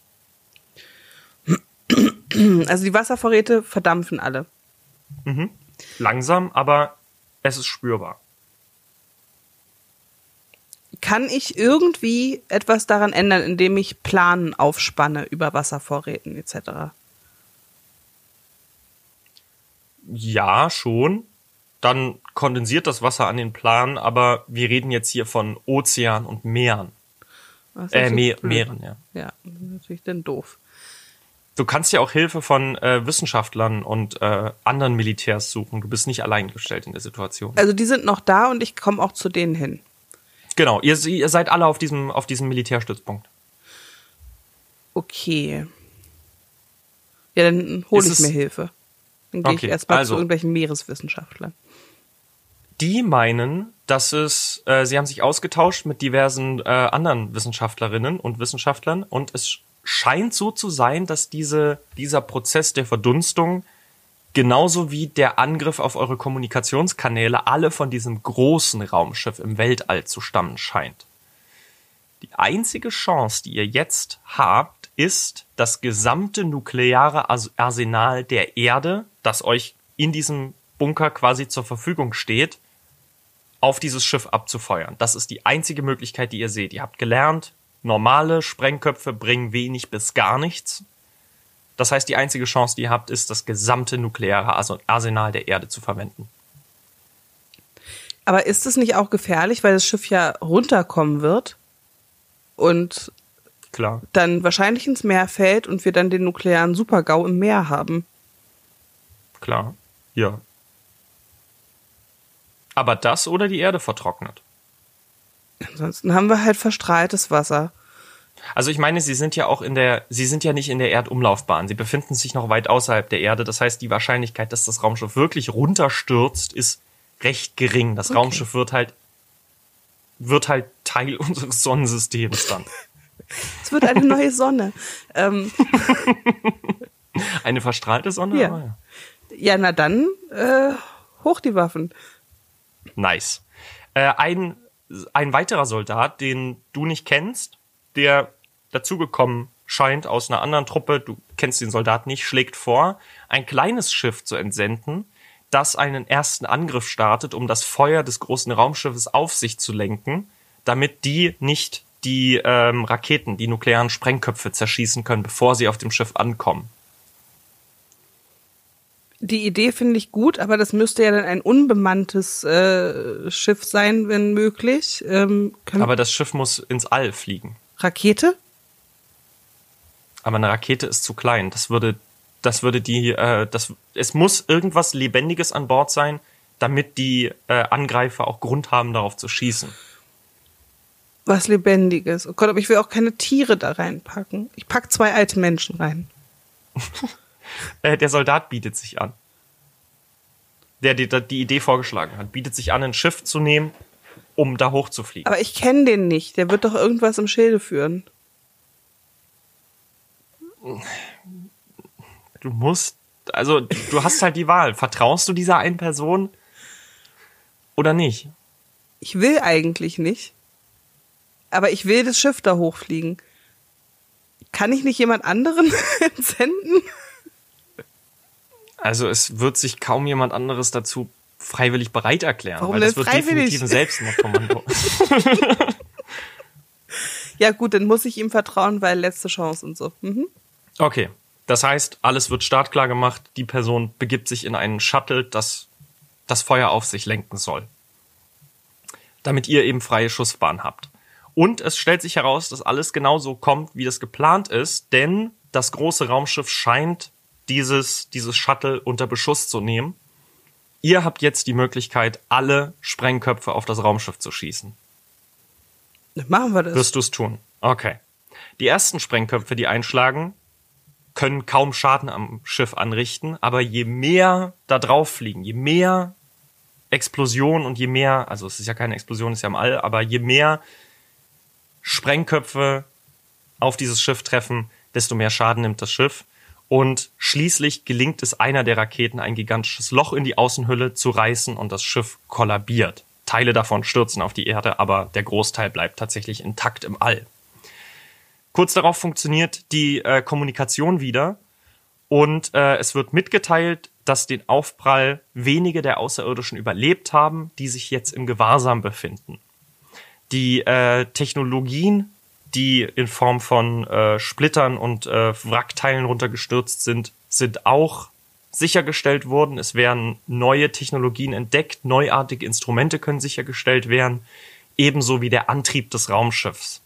Also die Wasservorräte verdampfen alle. Mhm. Langsam, aber es ist spürbar. Kann ich irgendwie etwas daran ändern, indem ich Planen aufspanne über Wasservorräten et cetera? Ja, schon. Dann kondensiert das Wasser an den Plan, aber wir reden jetzt hier von Ozean und Meeren. Äh, Me- Meeren, ja. Ja, das ist natürlich dann doof. Du kannst ja auch Hilfe von äh, Wissenschaftlern und äh, anderen Militärs suchen. Du bist nicht allein gestellt in der Situation. Also die sind noch da und ich komme auch zu denen hin. Genau, ihr, ihr seid alle auf diesem, auf diesem Militärstützpunkt. Okay. Ja, dann hole ich mir Hilfe. Dann gehe okay, ich erstmal also, zu irgendwelchen Meereswissenschaftlern. Die meinen, dass es, äh, sie haben sich ausgetauscht mit diversen äh, anderen Wissenschaftlerinnen und Wissenschaftlern und es scheint so zu sein, dass diese, dieser Prozess der Verdunstung genauso wie der Angriff auf eure Kommunikationskanäle alle von diesem großen Raumschiff im Weltall zu stammen scheint. Die einzige Chance, die ihr jetzt habt, ist, das gesamte nukleare Arsenal der Erde, das euch in diesem Bunker quasi zur Verfügung steht, auf dieses Schiff abzufeuern. Das ist die einzige Möglichkeit, die ihr seht. Ihr habt gelernt, normale Sprengköpfe bringen wenig bis gar nichts. Das heißt, die einzige Chance, die ihr habt, ist, das gesamte nukleare Arsenal der Erde zu verwenden. Aber ist es nicht auch gefährlich, weil das Schiff ja runterkommen wird und Klar. dann wahrscheinlich ins Meer fällt und wir dann den nuklearen Super-GAU im Meer haben? Klar, ja. Aber das oder die Erde vertrocknet. Ansonsten haben wir halt verstrahltes Wasser. Also ich meine, sie sind ja auch in der, sie sind ja nicht in der Erdumlaufbahn. Sie befinden sich noch weit außerhalb der Erde. Das heißt, die Wahrscheinlichkeit, dass das Raumschiff wirklich runterstürzt, ist recht gering. Das okay. Raumschiff wird halt, wird halt Teil unseres Sonnensystems dann. Es wird eine neue Sonne. ähm. Eine verstrahlte Sonne? Ja, ja. ja na dann, äh, hoch die Waffen. Nice. Äh, ein, ein weiterer Soldat, den du nicht kennst, der dazugekommen scheint aus einer anderen Truppe, du kennst den Soldat nicht, schlägt vor, ein kleines Schiff zu entsenden, das einen ersten Angriff startet, um das Feuer des großen Raumschiffes auf sich zu lenken, damit die nicht die ähm, Raketen, die nuklearen Sprengköpfe zerschießen können, bevor sie auf dem Schiff ankommen. Die Idee finde ich gut, aber das müsste ja dann ein unbemanntes äh, Schiff sein, wenn möglich. Ähm, aber das Schiff muss ins All fliegen. Rakete? Aber eine Rakete ist zu klein. Das würde, das würde die, äh, das, es muss irgendwas Lebendiges an Bord sein, damit die äh, Angreifer auch Grund haben, darauf zu schießen. Was Lebendiges. Oh Gott, aber ich will auch keine Tiere da reinpacken. Ich pack zwei alte Menschen rein. äh, der Soldat bietet sich an. der die, die Idee vorgeschlagen hat, bietet sich an, ein Schiff zu nehmen, um da hochzufliegen. Aber ich kenne den nicht. Der wird doch irgendwas im Schilde führen. Du musst, also du hast halt die Wahl. Vertraust du dieser einen Person oder nicht? Ich will eigentlich nicht. Aber ich will das Schiff da hochfliegen. Kann ich nicht jemand anderen entsenden? Also es wird sich kaum jemand anderes dazu freiwillig bereit erklären. Warum weil denn das wird freiwillig? definitiv ein Selbstmordkommando. Ja gut, dann muss ich ihm vertrauen, weil letzte Chance und so. Mhm. Okay, das heißt, alles wird startklar gemacht. Die Person begibt sich in einen Shuttle, das das Feuer auf sich lenken soll. Damit ihr eben freie Schussbahn habt. Und es stellt sich heraus, dass alles genauso kommt, wie das geplant ist, denn das große Raumschiff scheint dieses, dieses Shuttle unter Beschuss zu nehmen. Ihr habt jetzt die Möglichkeit, alle Sprengköpfe auf das Raumschiff zu schießen. Dann machen wir das. Wirst du es tun? Okay. Die ersten Sprengköpfe, die einschlagen, können kaum Schaden am Schiff anrichten, aber je mehr da drauf fliegen, je mehr Explosion und je mehr, also es ist ja keine Explosion, es ist ja im All, aber je mehr Sprengköpfe auf dieses Schiff treffen, desto mehr Schaden nimmt das Schiff. Und schließlich gelingt es einer der Raketen, ein gigantisches Loch in die Außenhülle zu reißen und das Schiff kollabiert. Teile davon stürzen auf die Erde, aber der Großteil bleibt tatsächlich intakt im All. Kurz darauf funktioniert die äh, Kommunikation wieder und äh, es wird mitgeteilt, dass den Aufprall wenige der Außerirdischen überlebt haben, die sich jetzt im Gewahrsam befinden. Die äh, Technologien, die in Form von äh, Splittern und äh, Wrackteilen runtergestürzt sind, sind auch sichergestellt worden. Es werden neue Technologien entdeckt, neuartige Instrumente können sichergestellt werden, ebenso wie der Antrieb des Raumschiffs.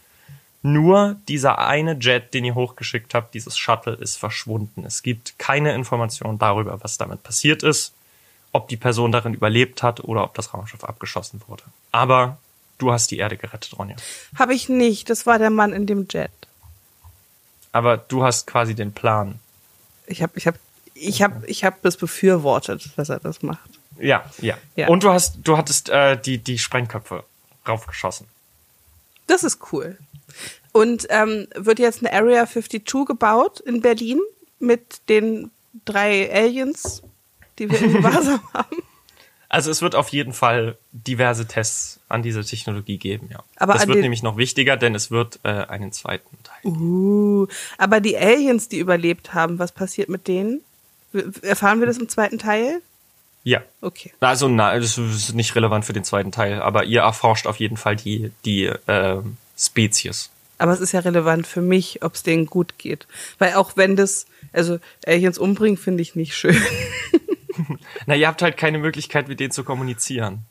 Nur dieser eine Jet, den ihr hochgeschickt habt, dieses Shuttle, ist verschwunden. Es gibt keine Information darüber, was damit passiert ist, ob die Person darin überlebt hat oder ob das Raumschiff abgeschossen wurde. Aber du hast die Erde gerettet, Ronja. Habe ich nicht. Das war der Mann in dem Jet. Aber du hast quasi den Plan. Ich habe ich hab, ich hab, ich hab das befürwortet, dass er das macht. Ja, ja. Ja. Und du hast, du hattest äh, die, die Sprengköpfe raufgeschossen. Das ist cool. Und ähm, wird jetzt eine Area zweiundfünfzig gebaut in Berlin mit den drei Aliens, die wir in Gewahrsam haben? Also es wird auf jeden Fall diverse Tests an dieser Technologie geben, ja. Aber das an wird den- nämlich noch wichtiger, denn es wird äh, einen zweiten Teil. Uh, aber die Aliens, die überlebt haben, was passiert mit denen? W- Erfahren wir das im zweiten Teil? Ja. Okay. Also na, das ist nicht relevant für den zweiten Teil, aber ihr erforscht auf jeden Fall die, die äh, Spezies. Aber es ist ja relevant für mich, ob es denen gut geht. Weil auch wenn das, also Aliens umbringen, finde ich nicht schön. Na, ihr habt halt keine Möglichkeit, mit denen zu kommunizieren.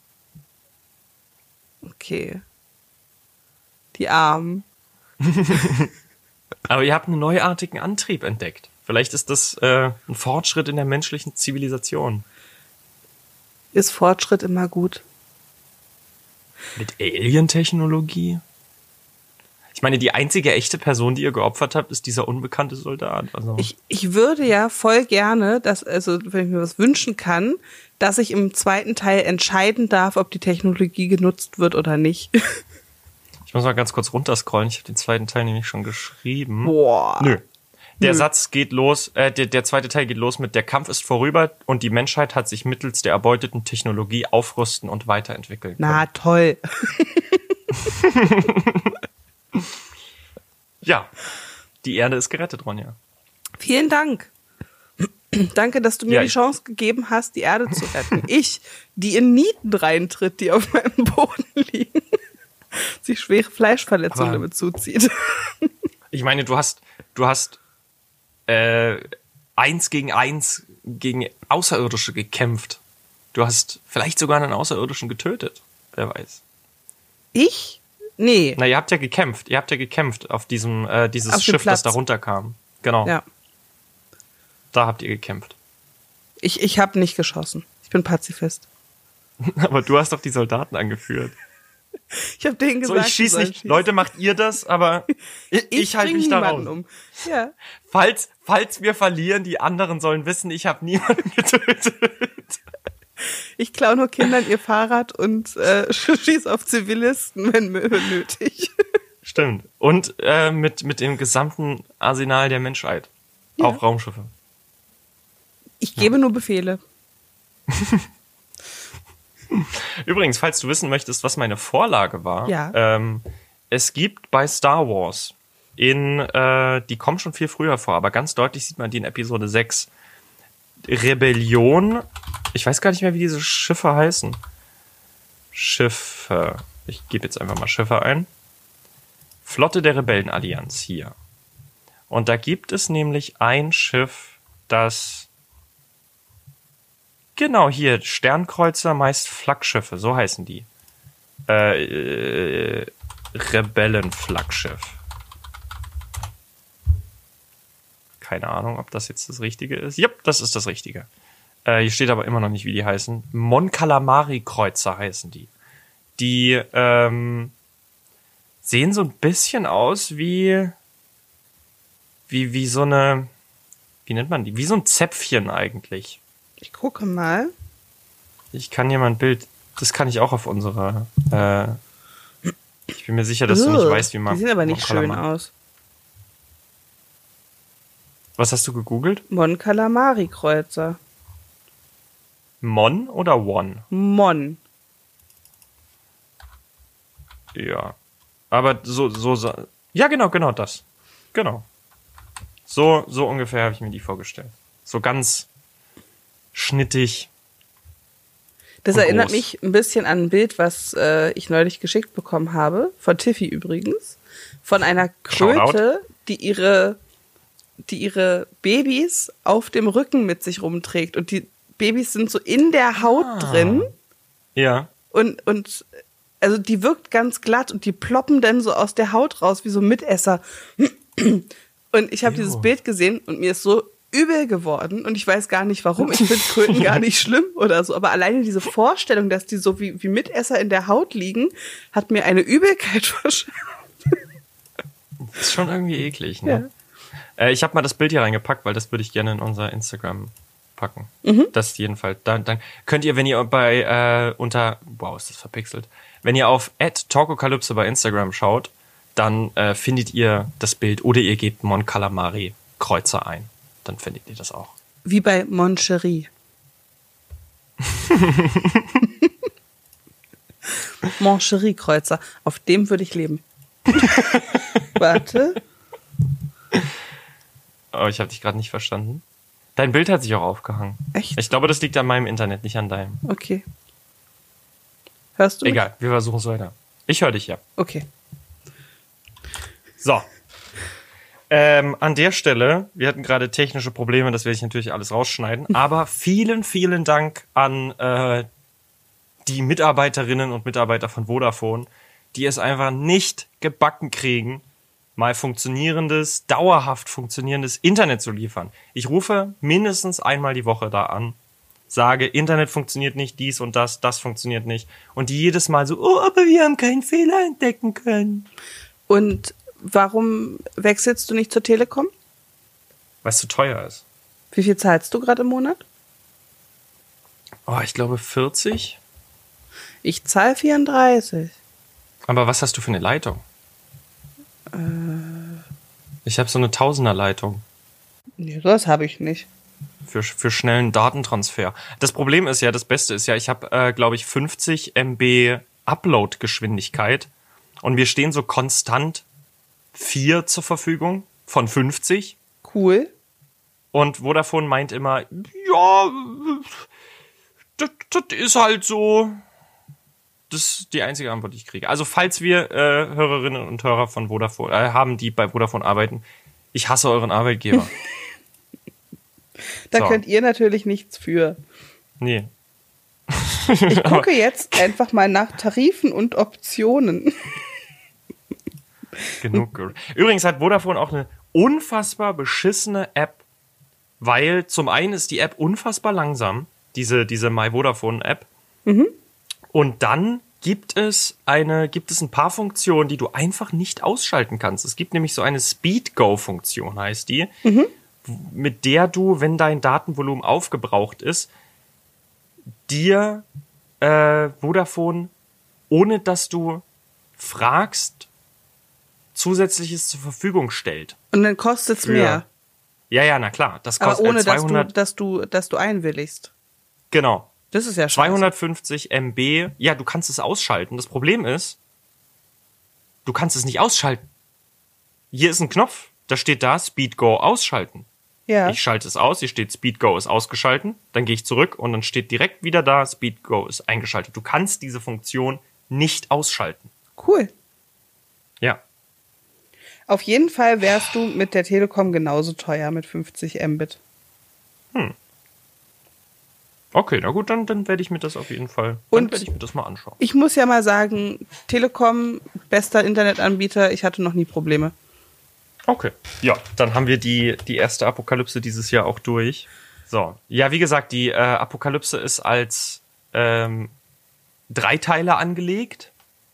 Okay. Die Armen. Aber ihr habt einen neuartigen Antrieb entdeckt. Vielleicht ist das äh, ein Fortschritt in der menschlichen Zivilisation. Ist Fortschritt immer gut? Mit Alien-Technologie? Ich meine, die einzige echte Person, die ihr geopfert habt, ist dieser unbekannte Soldat. Also Ich, ich würde ja voll gerne, dass, also wenn ich mir was wünschen kann, dass ich im zweiten Teil entscheiden darf, ob die Technologie genutzt wird oder nicht. ich muss mal ganz kurz runterscrollen. Ich habe den zweiten Teil nämlich schon geschrieben. Boah. Nö. Der Nö. Satz geht los, äh, der, der zweite Teil geht los mit: Der Kampf ist vorüber und die Menschheit hat sich mittels der erbeuteten Technologie aufrüsten und weiterentwickeln können. Na toll. Ja, die Erde ist gerettet, Ronja. Vielen Dank. Danke, dass du mir Ja, die ich- Chance gegeben hast, die Erde zu retten. Ich, die in Nieten reintritt, die auf meinem Boden liegen, sich schwere Fleischverletzungen Aber- damit zuzieht. Ich meine, du hast, du hast äh, eins gegen eins gegen Außerirdische gekämpft. Du hast vielleicht sogar einen Außerirdischen getötet. Wer weiß. Ich? Nee. Na, ihr habt ja gekämpft. Ihr habt ja gekämpft auf diesem äh, dieses Auf dem Schiff, das Platz. da runterkam. Genau. Ja. Da habt ihr gekämpft. Ich, ich habe nicht geschossen. Ich bin Pazifist. Aber du hast doch die Soldaten angeführt. Ich habe denen So, gesagt, ich schieß die sollen nicht. schießen. Leute, macht ihr das, aber ich, Ich, ich halte bring mich da niemanden raus. um. Ja. Falls, falls wir verlieren, die anderen sollen wissen, ich habe niemanden getötet. Ich klaue nur Kindern ihr Fahrrad und äh, schieß auf Zivilisten, wenn, wenn nötig. Stimmt. Und äh, mit, mit dem gesamten Arsenal der Menschheit. Ja. Auch Raumschiffe. Ich gebe nur Befehle. Übrigens, falls du wissen möchtest, was meine Vorlage war, Ja. ähm, es gibt bei Star Wars in, äh, die kommen schon viel früher vor, aber ganz deutlich sieht man die in Episode sechs. Rebellion, ich weiß gar nicht mehr, wie diese Schiffe heißen. Schiffe, ich gebe jetzt einfach mal Schiffe ein. Flotte der Rebellenallianz hier. Und da gibt es nämlich ein Schiff, das genau hier, Sternkreuzer, meist Flaggschiffe, so heißen die. Äh, äh, Rebellenflaggschiff. Keine Ahnung, ob das jetzt das Richtige ist. Jupp, das ist das Richtige. Äh, hier steht aber immer noch nicht, wie die heißen. Mon Calamari Kreuzer heißen die. Die ähm, sehen so ein bisschen aus wie wie wie so eine, wie nennt man die? Wie so ein Zäpfchen eigentlich. Ich gucke mal. Ich kann hier mal ein Bild, das kann ich auch auf unserer, äh, ich bin mir sicher, dass du nicht Ugh, weißt, wie man... Die sehen aber nicht Mon schön Calamari- aus. Was hast du gegoogelt? Mon Calamari Kreuzer. Mon oder One? Mon. Ja. Aber so, so, so, ja genau, genau das. Genau. So, so ungefähr habe ich mir die vorgestellt. So ganz schnittig. Das Und erinnert groß. mich ein bisschen an ein Bild, was äh, ich neulich geschickt bekommen habe, von Tiffy übrigens, von einer Kröte, die ihre, die ihre Babys auf dem Rücken mit sich rumträgt. Und die Babys sind so in der Haut Ah. drin Ja. und, und also die wirkt ganz glatt und die ploppen dann so aus der Haut raus, wie so Mitesser. Und ich habe Ew. dieses Bild gesehen und mir ist so übel geworden und ich weiß gar nicht warum. Ich finde Kröten gar nicht schlimm oder so, aber alleine diese Vorstellung, dass die so wie, wie Mitesser in der Haut liegen, hat mir eine Übelkeit verschafft. Ist schon irgendwie eklig, ne? Äh, ich habe mal das Bild hier reingepackt, weil das würde ich gerne in unser Instagram packen. Mhm. Das jedenfalls. Dann, dann könnt ihr, wenn ihr bei äh, unter, wow, ist das verpixelt, wenn ihr auf at talkokalypse bei Instagram schaut, dann äh, findet ihr das Bild oder ihr gebt Mon Calamari Kreuzer ein. Dann findet ihr das auch. Wie bei Mon Cherie. Mon Cherie Kreuzer. Auf dem würde ich leben. Warte. Oh, ich habe dich gerade nicht verstanden. Dein Bild hat sich auch aufgehangen. Echt? Ich glaube, das liegt an meinem Internet, nicht an deinem. Okay. Hörst du mich? Egal, wir versuchen es weiter. Ich höre dich ja. Okay. So. Ähm, an der Stelle, wir hatten gerade technische Probleme, das werde ich natürlich alles rausschneiden, aber vielen, vielen Dank an äh, die Mitarbeiterinnen und Mitarbeiter von Vodafone, die es einfach nicht gebacken kriegen, mal funktionierendes, dauerhaft funktionierendes Internet zu liefern. Ich rufe mindestens einmal die Woche da an, sage, Internet funktioniert nicht, dies und das, das funktioniert nicht. Und die jedes Mal so, oh, aber wir haben keinen Fehler entdecken können. Und warum wechselst du nicht zur Telekom? Weil es zu teuer ist. Wie viel zahlst du gerade im Monat? Oh, ich glaube vierzig. Ich zahle vierunddreißig. Aber was hast du für eine Leitung? Äh. Ich habe so eine Tausender-Leitung Nee, das habe ich nicht. für, für schnellen Datentransfer. Das Problem ist ja, das Beste ist ja, ich habe, äh, glaube ich, fünfzig Megabyte Upload-Geschwindigkeit und wir stehen so konstant vier zur Verfügung von fünfzig. Cool. Und Vodafone meint immer, ja, das, das ist halt so. Das ist die einzige Antwort, die ich kriege. Also falls wir äh, Hörerinnen und Hörer von Vodafone äh, haben, die bei Vodafone arbeiten, ich hasse euren Arbeitgeber. Da So. könnt ihr natürlich nichts für. Nee. Ich gucke jetzt einfach mal nach Tarifen und Optionen. Genug. ge- Übrigens hat Vodafone auch eine unfassbar beschissene App, weil zum einen ist die App unfassbar langsam, diese, diese My Vodafone App. Und dann gibt es eine, gibt es ein paar Funktionen, die du einfach nicht ausschalten kannst. Es gibt nämlich so eine Speed-Go-Funktion, heißt die, mhm. mit der du, wenn dein Datenvolumen aufgebraucht ist, dir äh, Vodafone, ohne dass du fragst, Zusätzliches zur Verfügung stellt. Und dann kostet es mehr. Ja, ja, na klar. Das aber kostet ohne, zweihundert, dass du, dass du, dass du einwilligst. Genau. Das ist ja scheiße. zweihundertfünfzig Megabyte. Ja, du kannst es ausschalten. Das Problem ist, du kannst es nicht ausschalten. Hier ist ein Knopf, da steht da Speed Go ausschalten. Ja. Ich schalte es aus, hier steht Speed Go ist ausgeschalten, dann gehe ich zurück und dann steht direkt wieder da Speed Go ist eingeschaltet. Du kannst diese Funktion nicht ausschalten. Cool. Ja. Auf jeden Fall wärst du mit der Telekom genauso teuer mit fünfzig Mbit. Hm. Okay, na gut, dann, dann werde ich mir das auf jeden Fall, und dann werde ich mir das mal anschauen. Ich muss ja mal sagen, Telekom, bester Internetanbieter, ich hatte noch nie Probleme. Okay, ja, dann haben wir die, die erste Apokalypse dieses Jahr auch durch. So, ja, wie gesagt, die äh, Apokalypse ist als ähm, Dreiteiler angelegt.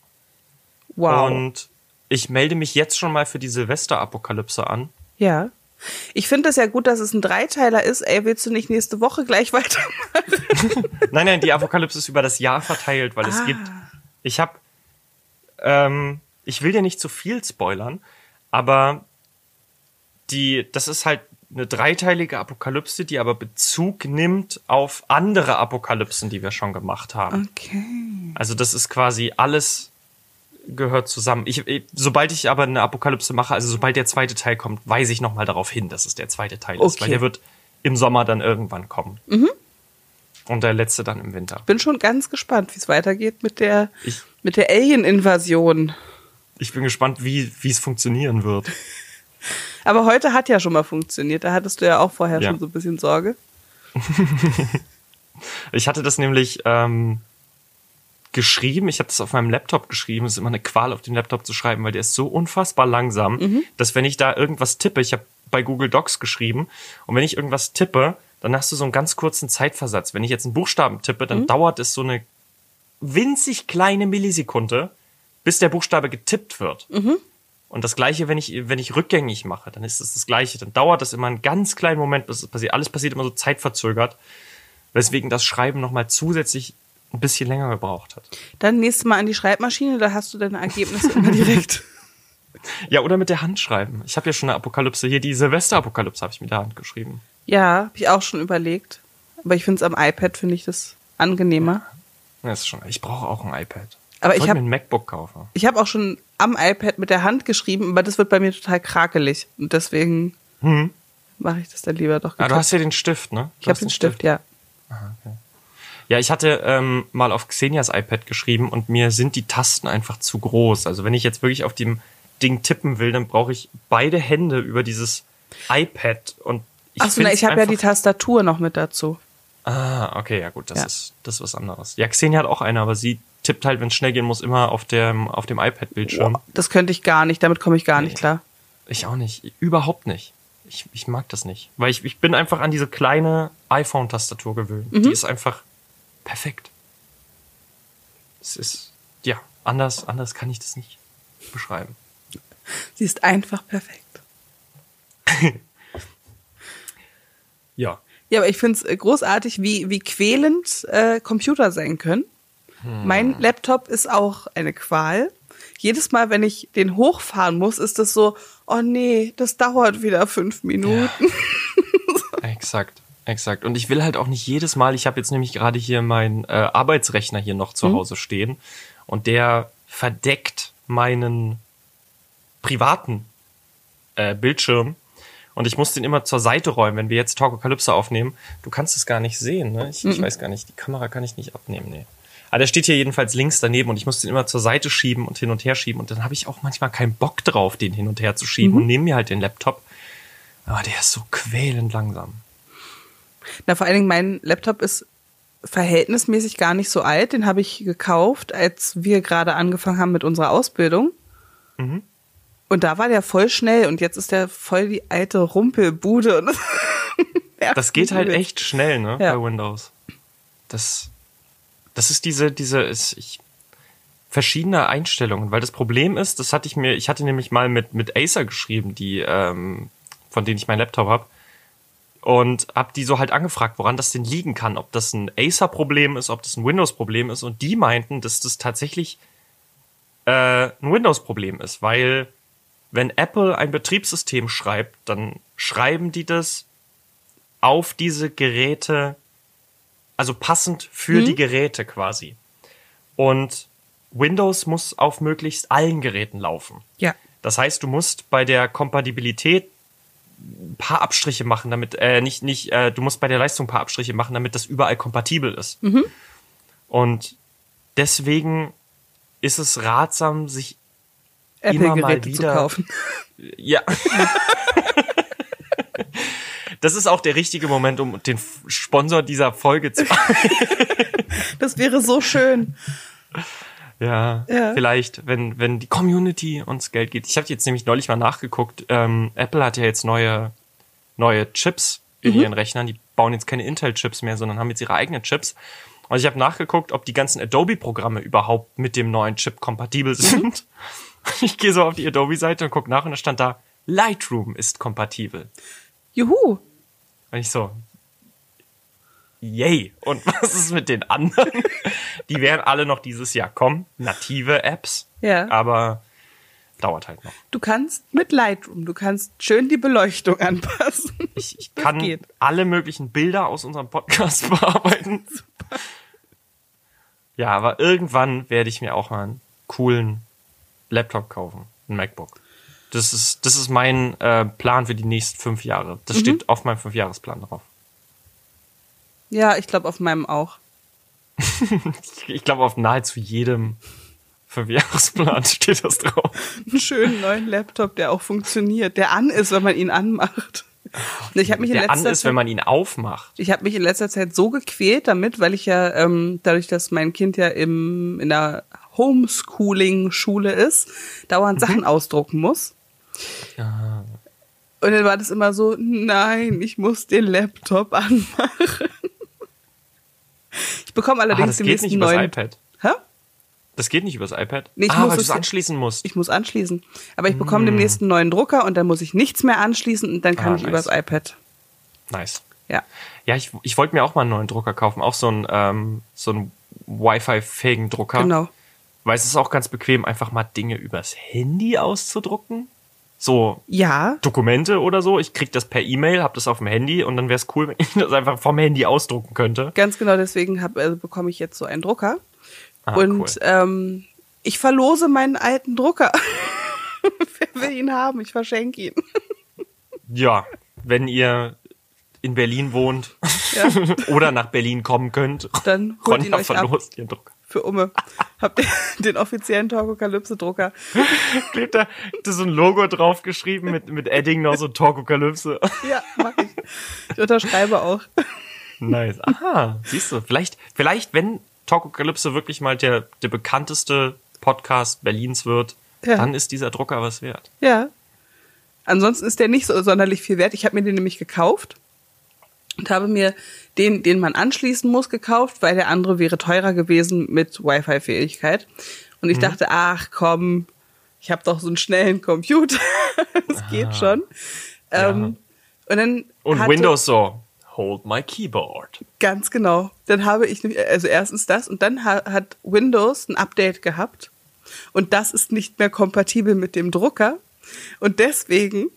Wow. Und ich melde mich jetzt schon mal für die Silvester-Apokalypse an. Ja. Ich finde es ja gut, dass es ein Dreiteiler ist. Ey, willst du nicht nächste Woche gleich weitermachen? Nein, nein, die Apokalypse ist über das Jahr verteilt, weil ah. es gibt... Ich habe... Ähm, ich will dir nicht zu viel spoilern, aber die, das ist halt eine dreiteilige Apokalypse, die aber Bezug nimmt auf andere Apokalypsen, die wir schon gemacht haben. Okay. Also das ist quasi alles... gehört zusammen. Ich, ich, sobald ich aber eine Apokalypse mache, also sobald der zweite Teil kommt, weise ich nochmal darauf hin, dass es der zweite Teil okay. ist, weil der wird im Sommer dann irgendwann kommen. Mhm. Und der letzte dann im Winter. Bin schon ganz gespannt, wie es weitergeht mit der, ich, mit der Alien-Invasion. Ich bin gespannt, wie wie es funktionieren wird. Aber heute hat ja schon mal funktioniert. Da hattest du ja auch vorher ja. schon so ein bisschen Sorge. Ich hatte das nämlich ähm, geschrieben, ich habe das auf meinem Laptop geschrieben, es ist immer eine Qual, auf den Laptop zu schreiben, weil der ist so unfassbar langsam, mhm. dass wenn ich da irgendwas tippe, ich habe bei Google Docs geschrieben, und wenn ich irgendwas tippe, dann hast du so einen ganz kurzen Zeitversatz. Wenn ich jetzt einen Buchstaben tippe, dann mhm. dauert es so eine winzig kleine Millisekunde, bis der Buchstabe getippt wird. Mhm. Und das Gleiche, wenn ich, wenn ich rückgängig mache, dann ist es das Gleiche. Dann dauert das immer einen ganz kleinen Moment, bis es passiert. Alles passiert immer so zeitverzögert, weswegen das Schreiben nochmal zusätzlich ein bisschen länger gebraucht hat. Dann nächstes Mal an die Schreibmaschine, da hast du deine Ergebnisse immer direkt. Ja, oder mit der Hand schreiben. Ich habe ja schon eine Apokalypse hier, die Silvester-Apokalypse habe ich mit der Hand geschrieben. Ja, habe ich auch schon überlegt. Aber ich finde es am iPad, finde ich das angenehmer. Ja, das ist schon, ich brauche auch ein iPad. Aber ich ich habe mir ein MacBook kaufen. Ich habe auch schon am iPad mit der Hand geschrieben, aber das wird bei mir total krakelig. Und deswegen hm. mache ich das dann lieber doch. Ah, du hast ja den Stift, ne? Du ich habe den Stift, Stift, ja. Aha, okay. Ja, ich hatte ähm, mal auf Xenias iPad geschrieben und mir sind die Tasten einfach zu groß. Also wenn ich jetzt wirklich auf dem Ding tippen will, dann brauche ich beide Hände über dieses iPad. Und ich Ach so, na, ich habe ja die Tastatur noch mit dazu. Ah, okay, ja gut, das, ja. Ist, das ist was anderes. Ja, Xenia hat auch eine, aber sie tippt halt, wenn es schnell gehen muss, immer auf dem, auf dem iPad-Bildschirm. Oh, das könnte ich gar nicht, damit komme ich gar nee, nicht klar. Ich auch nicht, überhaupt nicht. Ich, ich mag das nicht, weil ich, ich bin einfach an diese kleine iPhone-Tastatur gewöhnt. Mhm. Die ist einfach perfekt. Es ist, ja, anders, anders kann ich das nicht beschreiben. Sie ist einfach perfekt. Ja. Ja, aber ich finde es großartig, wie, wie quälend äh, Computer sein können. Hm. Mein Laptop ist auch eine Qual. Jedes Mal, wenn ich den hochfahren muss, ist das so, oh nee, das dauert wieder fünf Minuten. Ja. Exakt. Exakt. Und ich will halt auch nicht jedes Mal, ich habe jetzt nämlich gerade hier meinen äh, Arbeitsrechner hier noch zu mhm. Hause stehen und der verdeckt meinen privaten äh, Bildschirm und ich muss den immer zur Seite räumen, wenn wir jetzt Talkokalypse aufnehmen. Du kannst es gar nicht sehen, ne? Ich, mhm. ich weiß gar nicht, die Kamera kann ich nicht abnehmen, nee. Aber der steht hier jedenfalls links daneben und ich muss den immer zur Seite schieben und hin und her schieben und dann habe ich auch manchmal keinen Bock drauf, den hin und her zu schieben mhm. und nehme mir halt den Laptop. Aber der ist so quälend langsam. Na, vor allen Dingen, mein Laptop ist verhältnismäßig gar nicht so alt. Den habe ich gekauft, als wir gerade angefangen haben mit unserer Ausbildung. Mhm. Und da war der voll schnell und jetzt ist der voll die alte Rumpelbude. Und das geht halt echt schnell, ne, ja. bei Windows. Das, das ist diese, diese, ist, ich, verschiedene Einstellungen, weil das Problem ist, das hatte ich mir, ich hatte nämlich mal mit mit Acer geschrieben, die ähm, von denen ich meinen Laptop habe, und habe die so halt angefragt, woran das denn liegen kann, ob das ein Acer-Problem ist, ob das ein Windows-Problem ist, und die meinten, dass das tatsächlich äh, ein Windows-Problem ist, weil wenn Apple ein Betriebssystem schreibt, dann schreiben die das auf diese Geräte, also passend für mhm. die Geräte quasi. Und Windows muss auf möglichst allen Geräten laufen. Ja. Das heißt, du musst bei der Kompatibilität ein paar Abstriche machen, damit, äh, nicht, nicht, äh, du musst bei der Leistung ein paar Abstriche machen, damit das überall kompatibel ist. Mhm. Und deswegen ist es ratsam, sich immer mal wieder zu kaufen. Ja. Das ist auch der richtige Moment, um den Sponsor dieser Folge zu. Das wäre so schön. Ja, ja, vielleicht, wenn wenn die Community uns Geld gibt. Ich habe jetzt nämlich neulich mal nachgeguckt. Ähm, Apple hat ja jetzt neue neue Chips in mhm. ihren Rechnern. Die bauen jetzt keine Intel-Chips mehr, sondern haben jetzt ihre eigenen Chips. Und ich habe nachgeguckt, ob die ganzen Adobe-Programme überhaupt mit dem neuen Chip kompatibel sind. Mhm. Ich gehe so auf die Adobe-Seite und gucke nach, und da stand da, Lightroom ist kompatibel. Juhu. Und ich so, yay. Und was ist mit den anderen? Die werden alle noch dieses Jahr kommen. Native Apps. Ja. Aber dauert halt noch. Du kannst mit Lightroom, du kannst schön die Beleuchtung anpassen. Ich, ich kann geht. alle möglichen Bilder aus unserem Podcast bearbeiten. Super. Ja, aber irgendwann werde ich mir auch mal einen coolen Laptop kaufen. Ein MacBook. Das ist, das ist mein äh, Plan für die nächsten fünf Jahre. Das mhm. steht auf meinem Fünfjahresplan drauf. Ja, ich glaube auf meinem auch. Ich glaube auf nahezu jedem Fünfjahresplan steht das drauf. Einen schönen neuen Laptop, der auch funktioniert, der an ist, wenn man ihn anmacht. Ich hab mich in der letzter an ist, Zeit, wenn man ihn aufmacht. Ich habe mich in letzter Zeit so gequält damit, weil ich ja, ähm, dadurch, dass mein Kind ja im in der Homeschooling-Schule ist, dauernd mhm. Sachen ausdrucken muss. Ja. Und dann war das immer so, nein, ich muss den Laptop anmachen. Ich bekomme allerdings ah, das geht nicht übers neuen iPad. Hä? Das geht nicht übers iPad? Nee, ich ah, muss weil du es es anschließen musst. Ich muss anschließen. Aber ich bekomme mm. demnächst einen neuen Drucker und dann muss ich nichts mehr anschließen und dann kann ah, ich nice. übers iPad. Nice. Ja. Ja, ich, ich wollte mir auch mal einen neuen Drucker kaufen. Auch so einen, ähm, so einen Wi-Fi-fähigen Drucker. Genau. Weil es ist auch ganz bequem, einfach mal Dinge übers Handy auszudrucken. So ja. Dokumente oder so. Ich krieg das per E-Mail, hab das auf dem Handy, und dann wäre es cool, wenn ich das einfach vom Handy ausdrucken könnte. Ganz genau, deswegen hab, also bekomme ich jetzt so einen Drucker. Ah, und cool. ähm, ich verlose meinen alten Drucker. Wer will ihn haben? Ich verschenke ihn. Ja, wenn ihr in Berlin wohnt ja. oder nach Berlin kommen könnt, dann holt ihn euch verlost ab. Ihren Drucker. Für Umme. Habt ihr den offiziellen Torkokalypse-Drucker? Klebt da, da so ein Logo draufgeschrieben mit, mit Edding noch so Torkokalypse. Ja, mach ich. Ich unterschreibe auch. Nice. Aha, siehst du. Vielleicht, vielleicht, wenn Torkokalypse wirklich mal der, der bekannteste Podcast Berlins wird, ja. dann ist dieser Drucker was wert. Ja. Ansonsten ist der nicht so sonderlich viel wert. Ich habe mir den nämlich gekauft und habe mir den, den man anschließen muss, gekauft, weil der andere wäre teurer gewesen mit Wi-Fi-Fähigkeit. Und ich mhm. dachte, ach komm, ich habe doch so einen schnellen Computer. Das ah. geht schon. Ja. Ähm, und dann und hatte, Windows so, hold my keyboard. Ganz genau. Dann habe ich, also erstens das, und dann hat Windows ein Update gehabt. Und das ist nicht mehr kompatibel mit dem Drucker. Und deswegen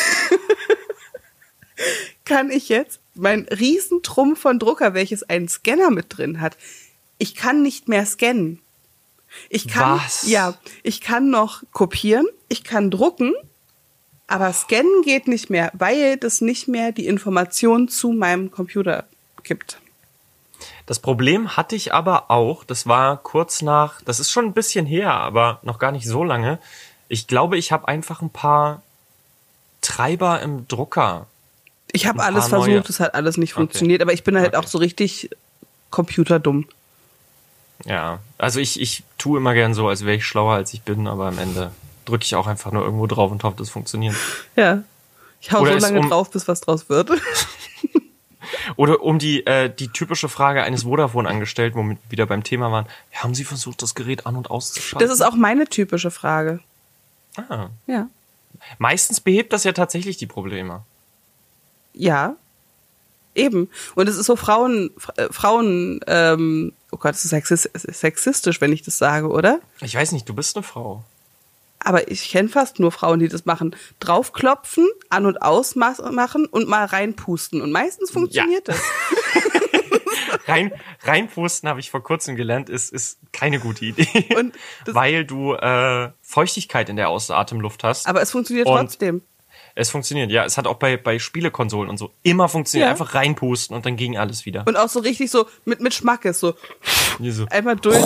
kann ich jetzt mein Riesentrumpf von Drucker, welches einen Scanner mit drin hat, ich kann nicht mehr scannen. Ich kann, Was? Ja, ich kann noch kopieren, ich kann drucken, aber scannen geht nicht mehr, weil das nicht mehr die Information zu meinem Computer gibt. Das Problem hatte ich aber auch, das war kurz nach, das ist schon ein bisschen her, aber noch gar nicht so lange. Ich glaube, ich habe einfach ein paar Treiber im Drucker. Ich habe alles versucht, es hat alles nicht funktioniert, okay. aber ich bin halt okay. auch so richtig computerdumm. Ja, also ich, ich tue immer gern so, als wäre ich schlauer, als ich bin, aber am Ende drücke ich auch einfach nur irgendwo drauf und hoffe, das funktioniert. Ja, ich hau Oder so lange um, drauf, bis was draus wird. Oder um die, äh, die typische Frage eines Vodafone-Angestellten, womit wir wieder beim Thema waren. Ja, haben Sie versucht, das Gerät an- und auszuschalten? Das ist auch meine typische Frage. Ah. Ja. Meistens behebt das ja tatsächlich die Probleme. Ja. Eben. Und es ist so Frauen, äh, Frauen, ähm, oh Gott, es ist sexis- sexistisch, wenn ich das sage, oder? Ich weiß nicht, du bist eine Frau. Aber ich kenne fast nur Frauen, die das machen. Draufklopfen, an- und aus machen und mal reinpusten. Und meistens funktioniert Ja. das. Rein, reinpusten, habe ich vor kurzem gelernt, ist, ist keine gute Idee. Und das, weil du äh, Feuchtigkeit in der Außenatemluft hast. aber es funktioniert Und trotzdem. Es funktioniert, ja. Es hat auch bei, bei Spielekonsolen und so immer funktioniert. Ja. Einfach reinpusten und dann ging alles wieder. Und auch so richtig so mit, mit Schmackes, so Hier so. einmal durch.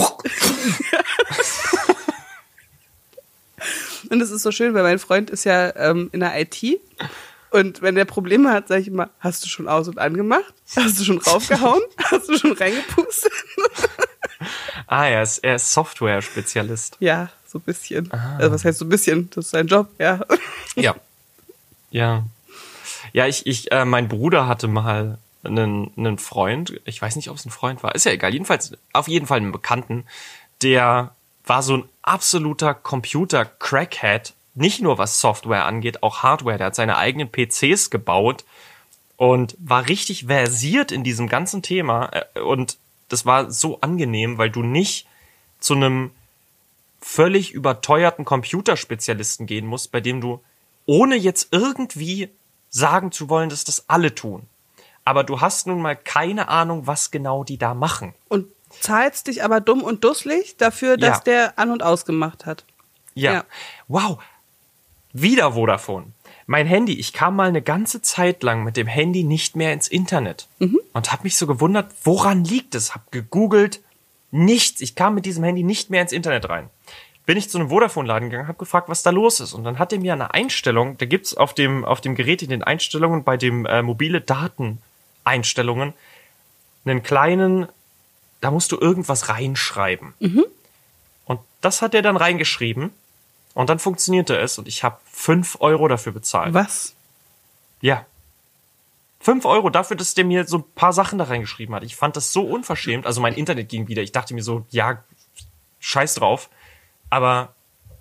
Und es ist so schön, weil mein Freund ist ja ähm, in der I T. Und wenn der Probleme hat, sage ich immer, hast du schon aus- und angemacht? Hast du schon raufgehauen? Hast du schon reingepustet? Ah, er ist, er ist Software-Spezialist. Ja, so ein bisschen. Also was heißt so ein bisschen? Das ist sein Job, ja. Ja. Ja. Ja, ich, ich, äh, mein Bruder hatte mal einen, einen Freund, ich weiß nicht, ob es ein Freund war, ist ja egal, jedenfalls, auf jeden Fall einen Bekannten, der war so ein absoluter Computer-Crackhead, nicht nur was Software angeht, auch Hardware, der hat seine eigenen P Cs gebaut und war richtig versiert in diesem ganzen Thema und das war so angenehm, weil du nicht zu einem völlig überteuerten Computerspezialisten gehen musst, bei dem du, ohne jetzt irgendwie sagen zu wollen, dass das alle tun, aber du hast nun mal keine Ahnung, was genau die da machen. Und zahlst dich aber dumm und dusselig dafür, dass Ja. der an- und ausgemacht hat. Ja. Ja. Wow. Wieder Vodafone. Mein Handy, ich kam mal eine ganze Zeit lang mit dem Handy nicht mehr ins Internet. Mhm. Und habe mich so gewundert, woran liegt es? Hab gegoogelt, nichts. Ich kam mit diesem Handy nicht mehr ins Internet rein. Bin ich zu einem Vodafone-Laden gegangen, habe gefragt, was da los ist. Und dann hat er mir eine Einstellung, da gibt's auf dem, auf dem Gerät in den Einstellungen, bei dem äh, mobile Daten-Einstellungen, einen kleinen, da musst du irgendwas reinschreiben. Mhm. Und das hat er dann reingeschrieben. Und dann funktionierte es. Und ich habe fünf Euro dafür bezahlt. Was? Ja. Fünf Euro dafür, dass der mir so ein paar Sachen da reingeschrieben hat. Ich fand das so unverschämt. Also mein Internet ging wieder. Ich dachte mir so, ja, scheiß drauf. Aber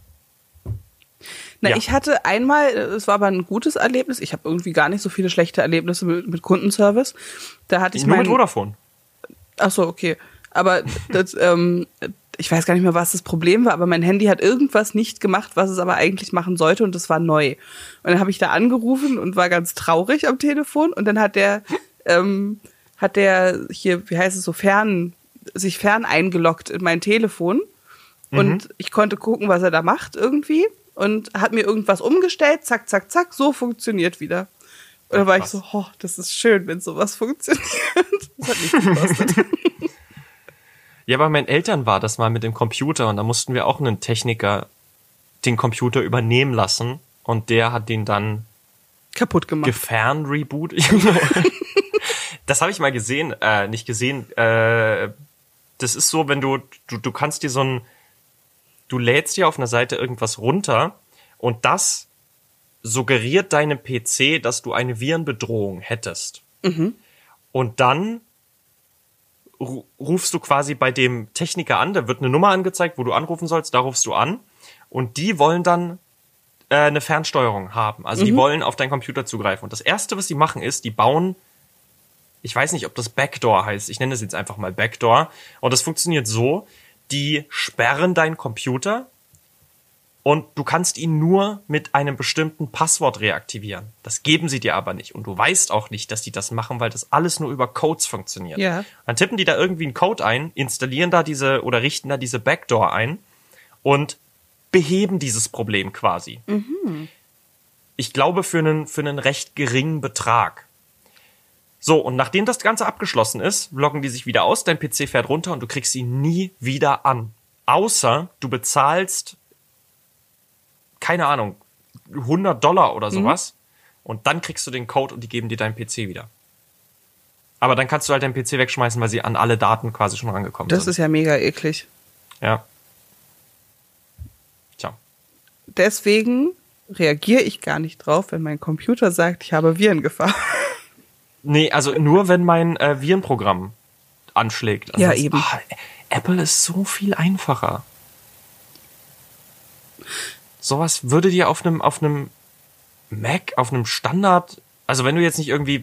Na, ja. ich hatte einmal, es war aber ein gutes Erlebnis. Ich habe irgendwie gar nicht so viele schlechte Erlebnisse mit, mit Kundenservice. Da hatte ich nur mein, mit Vodafone. Ach so, okay. Aber das, ähm, ich weiß gar nicht mehr, was das Problem war, aber mein Handy hat irgendwas nicht gemacht, was es aber eigentlich machen sollte und das war neu. Und dann habe ich da angerufen und war ganz traurig am Telefon und dann hat der, ähm, hat der hier, wie heißt es so, fern, sich fern eingeloggt in mein Telefon und mhm. ich konnte gucken, was er da macht irgendwie und hat mir irgendwas umgestellt, zack, zack, zack, so funktioniert wieder. Und da war Krass. ich so, oh, das ist schön, wenn sowas funktioniert. Das hat nichts gekostet. Ja, bei meinen Eltern war das mal mit dem Computer und da mussten wir auch einen Techniker den Computer übernehmen lassen und der hat den dann kaputt gemacht. Gefern-Reboot. Das habe ich mal gesehen, äh, nicht gesehen. Äh, das ist so, wenn du, du, du kannst dir so ein, du lädst dir auf einer Seite irgendwas runter und das suggeriert deinem P C, dass du eine Virenbedrohung hättest. Mhm. Und dann rufst du quasi bei dem Techniker an, da wird eine Nummer angezeigt, wo du anrufen sollst, da rufst du an und die wollen dann äh, eine Fernsteuerung haben. Also mhm. die wollen auf deinen Computer zugreifen. Und das Erste, was die machen, ist, die bauen, ich weiß nicht, ob das Backdoor heißt, ich nenne es jetzt einfach mal Backdoor. Und das funktioniert so, die sperren deinen Computer und du kannst ihn nur mit einem bestimmten Passwort reaktivieren. Das geben sie dir aber nicht. Und du weißt auch nicht, dass die das machen, weil das alles nur über Codes funktioniert. Ja. Dann tippen die da irgendwie einen Code ein, installieren da diese oder richten da diese Backdoor ein und beheben dieses Problem quasi. Mhm. Ich glaube für einen, für einen recht geringen Betrag. So, und nachdem das Ganze abgeschlossen ist, loggen die sich wieder aus, dein P C fährt runter und du kriegst ihn nie wieder an. Außer du bezahlst keine Ahnung, hundert Dollar oder sowas. Mhm. Und dann kriegst du den Code und die geben dir deinen P C wieder. Aber dann kannst du halt deinen P C wegschmeißen, weil sie an alle Daten quasi schon rangekommen das sind. Das ist ja mega eklig. Ja. Tja. Deswegen reagiere ich gar nicht drauf, wenn mein Computer sagt, ich habe Virengefahr. Nee, also nur wenn mein äh, Virenprogramm anschlägt. Also Ja, das, eben. Oh, Apple ist so viel einfacher. Sowas würde dir auf einem auf einem Mac, auf einem Standard, also wenn du jetzt nicht irgendwie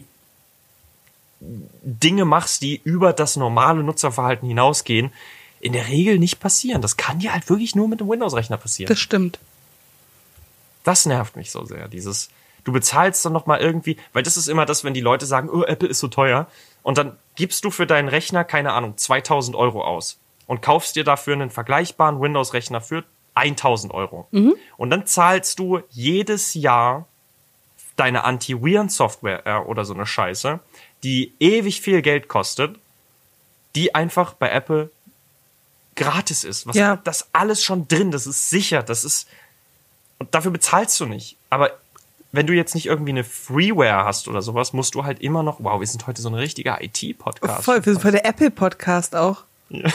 Dinge machst, die über das normale Nutzerverhalten hinausgehen, in der Regel nicht passieren. Das kann dir halt wirklich nur mit einem Windows-Rechner passieren. Das stimmt. Das nervt mich so sehr. Dieses, du bezahlst dann noch mal irgendwie, weil das ist immer das, wenn die Leute sagen, oh, Apple ist so teuer, und dann gibst du für deinen Rechner, keine Ahnung, zweitausend Euro aus und kaufst dir dafür einen vergleichbaren Windows-Rechner für eintausend Euro. Mhm. Und dann zahlst du jedes Jahr deine Anti-Viren-Software äh, oder so eine Scheiße, die ewig viel Geld kostet, die einfach bei Apple gratis ist. Was, ja. Das alles schon drin, das ist sicher, das ist, und dafür bezahlst du nicht. Aber wenn du jetzt nicht irgendwie eine Freeware hast oder sowas, musst du halt immer noch, wow, wir sind heute so ein richtiger I T-Podcast. Voll, wir sind voll der Apple-Podcast auch. Ja.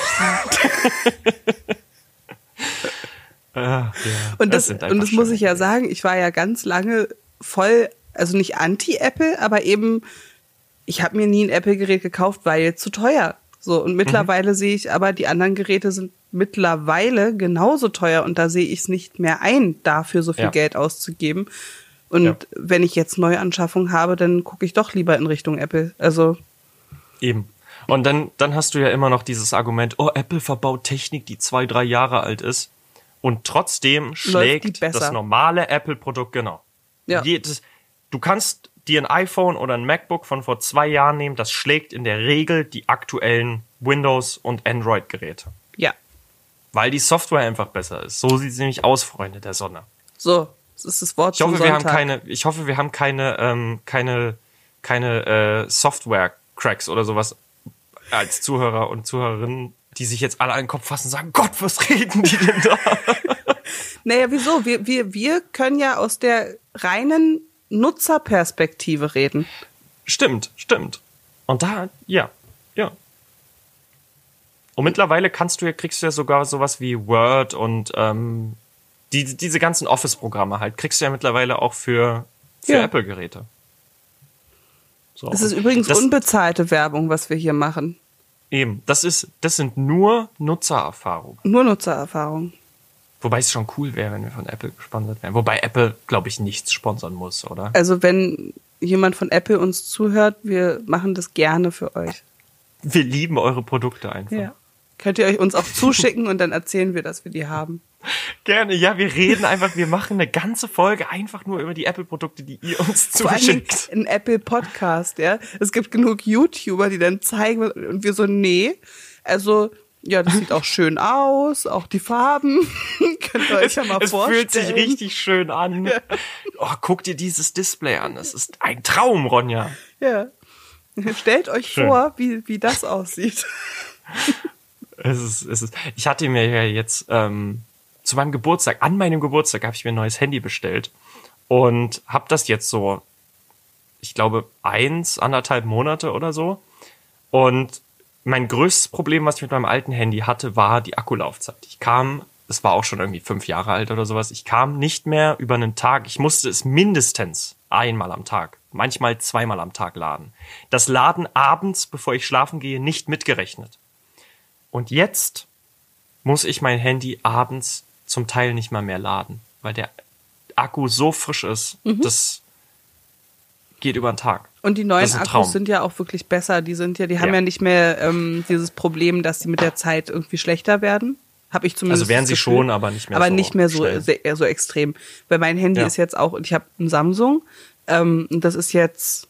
äh, ja, und das, das, und das muss ich ja sagen, ich war ja ganz lange voll, also nicht anti-Apple, aber eben, ich habe mir nie ein Apple-Gerät gekauft, weil zu teuer. So, und mittlerweile mhm. sehe ich aber, die anderen Geräte sind mittlerweile genauso teuer und da sehe ich es nicht mehr ein, dafür so viel ja. Geld auszugeben. Und ja. wenn ich jetzt Neuanschaffung habe, dann gucke ich doch lieber in Richtung Apple. Also eben. Und dann, dann hast du ja immer noch dieses Argument, oh, Apple verbaut Technik, die zwei, drei Jahre alt ist. Und trotzdem schlägt das normale Apple-Produkt, genau. Ja. Jedes, du kannst dir ein iPhone oder ein MacBook von vor zwei Jahren nehmen, das schlägt in der Regel die aktuellen Windows- und Android-Geräte. Ja. Weil die Software einfach besser ist. So sieht es nämlich aus, Freunde der Sonne. So, das ist das Wort ich hoffe, zum wir Sonntag. haben keine, Ich hoffe, wir haben keine, ähm, keine, keine äh, Software-Cracks oder sowas als Zuhörer und Zuhörerinnen, die sich jetzt alle an den Kopf fassen und sagen, Gott, was reden die denn da? Naja, wieso? Wir, wir, wir können ja aus der reinen Nutzerperspektive reden. Stimmt, stimmt. Und da, ja, ja. Und mittlerweile kannst du ja, kriegst du ja sogar sowas wie Word und ähm, die, diese ganzen Office-Programme halt, kriegst du ja mittlerweile auch für, für ja. Apple-Geräte. So. Das ist übrigens das, unbezahlte Werbung, was wir hier machen. Eben, das ist, das sind nur Nutzererfahrungen. Nur Nutzererfahrungen. Wobei es schon cool wäre, wenn wir von Apple gesponsert wären. Wobei Apple, glaube ich, nichts sponsern muss, oder? Also wenn jemand von Apple uns zuhört, wir machen das gerne für euch. Wir lieben eure Produkte einfach. Ja. Könnt ihr euch uns auch zuschicken und dann erzählen wir, dass wir die haben. Gerne, ja, wir reden einfach, wir machen eine ganze Folge einfach nur über die Apple-Produkte, die ihr uns zuschickt. Vor allem ein Apple-Podcast, ja. Es gibt genug YouTuber, die dann zeigen und wir so, nee, also ja, das sieht auch schön aus, auch die Farben. Könnt ihr euch ja mal es vorstellen. Es fühlt sich richtig schön an. Ja. Oh, guck dir dieses Display an. Das ist ein Traum, Ronja. Ja. Stellt euch schön vor, wie, wie das aussieht. Es ist, es ist, ich hatte mir ja jetzt ähm, zu meinem Geburtstag, an meinem Geburtstag habe ich mir ein neues Handy bestellt und habe das jetzt so, ich glaube, eins, anderthalb Monate oder so. Und mein größtes Problem, was ich mit meinem alten Handy hatte, war die Akkulaufzeit. Ich kam, es war auch schon irgendwie fünf Jahre alt oder sowas, ich kam nicht mehr über einen Tag. Ich musste es mindestens einmal am Tag, manchmal zweimal am Tag laden. Das Laden abends, bevor ich schlafen gehe, nicht mitgerechnet. Und jetzt muss ich mein Handy abends zum Teil nicht mal mehr laden, weil der Akku so frisch ist, mhm. das geht über den Tag. Und die neuen Akkus Traum. sind ja auch wirklich besser. Die sind ja, die haben ja, ja nicht mehr ähm, dieses Problem, dass die mit der Zeit irgendwie schlechter werden. Habe ich zumindest. Also werden sie Gefühl. schon, aber nicht mehr aber so. Aber nicht mehr so, sehr, so extrem. Weil mein Handy ja. ist jetzt auch, ich habe ein Samsung, ähm, und das ist jetzt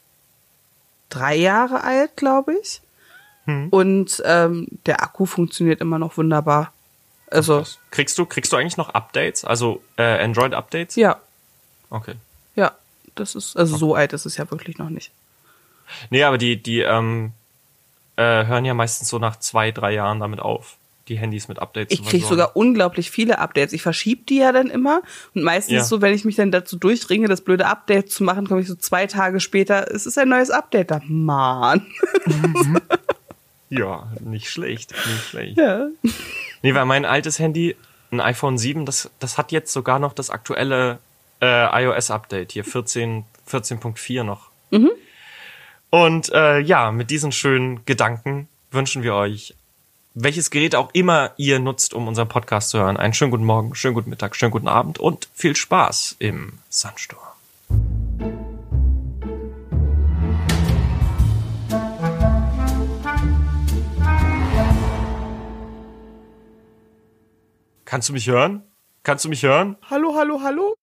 drei Jahre alt, glaube ich. Hm. Und ähm, der Akku funktioniert immer noch wunderbar. Also Ach, kriegst du kriegst du eigentlich noch Updates, also äh, Android-Updates? Ja. Okay. Ja, das ist also okay. So alt ist es ja wirklich noch nicht. Nee, aber die die ähm, äh, hören ja meistens so nach zwei drei Jahren damit auf, die Handys mit Updates ich zu kriege sogar unglaublich viele Updates. Ich verschiebe die ja dann immer und meistens ja. so, wenn ich mich dann dazu durchringe, das blöde Update zu machen, komme ich so zwei Tage später, es ist ein neues Update da. Mann. Mhm. Ja, nicht schlecht, nicht schlecht. Ja. Nee, weil mein altes Handy, ein iPhone sieben, das, das hat jetzt sogar noch das aktuelle äh, iOS-Update, hier vierzehn Punkt vier noch. Mhm. Und äh, ja, mit diesen schönen Gedanken wünschen wir euch, welches Gerät auch immer ihr nutzt, um unseren Podcast zu hören, einen schönen guten Morgen, schönen guten Mittag, schönen guten Abend und viel Spaß im Sandsturm. Kannst du mich hören? Kannst du mich hören? Hallo, hallo, hallo?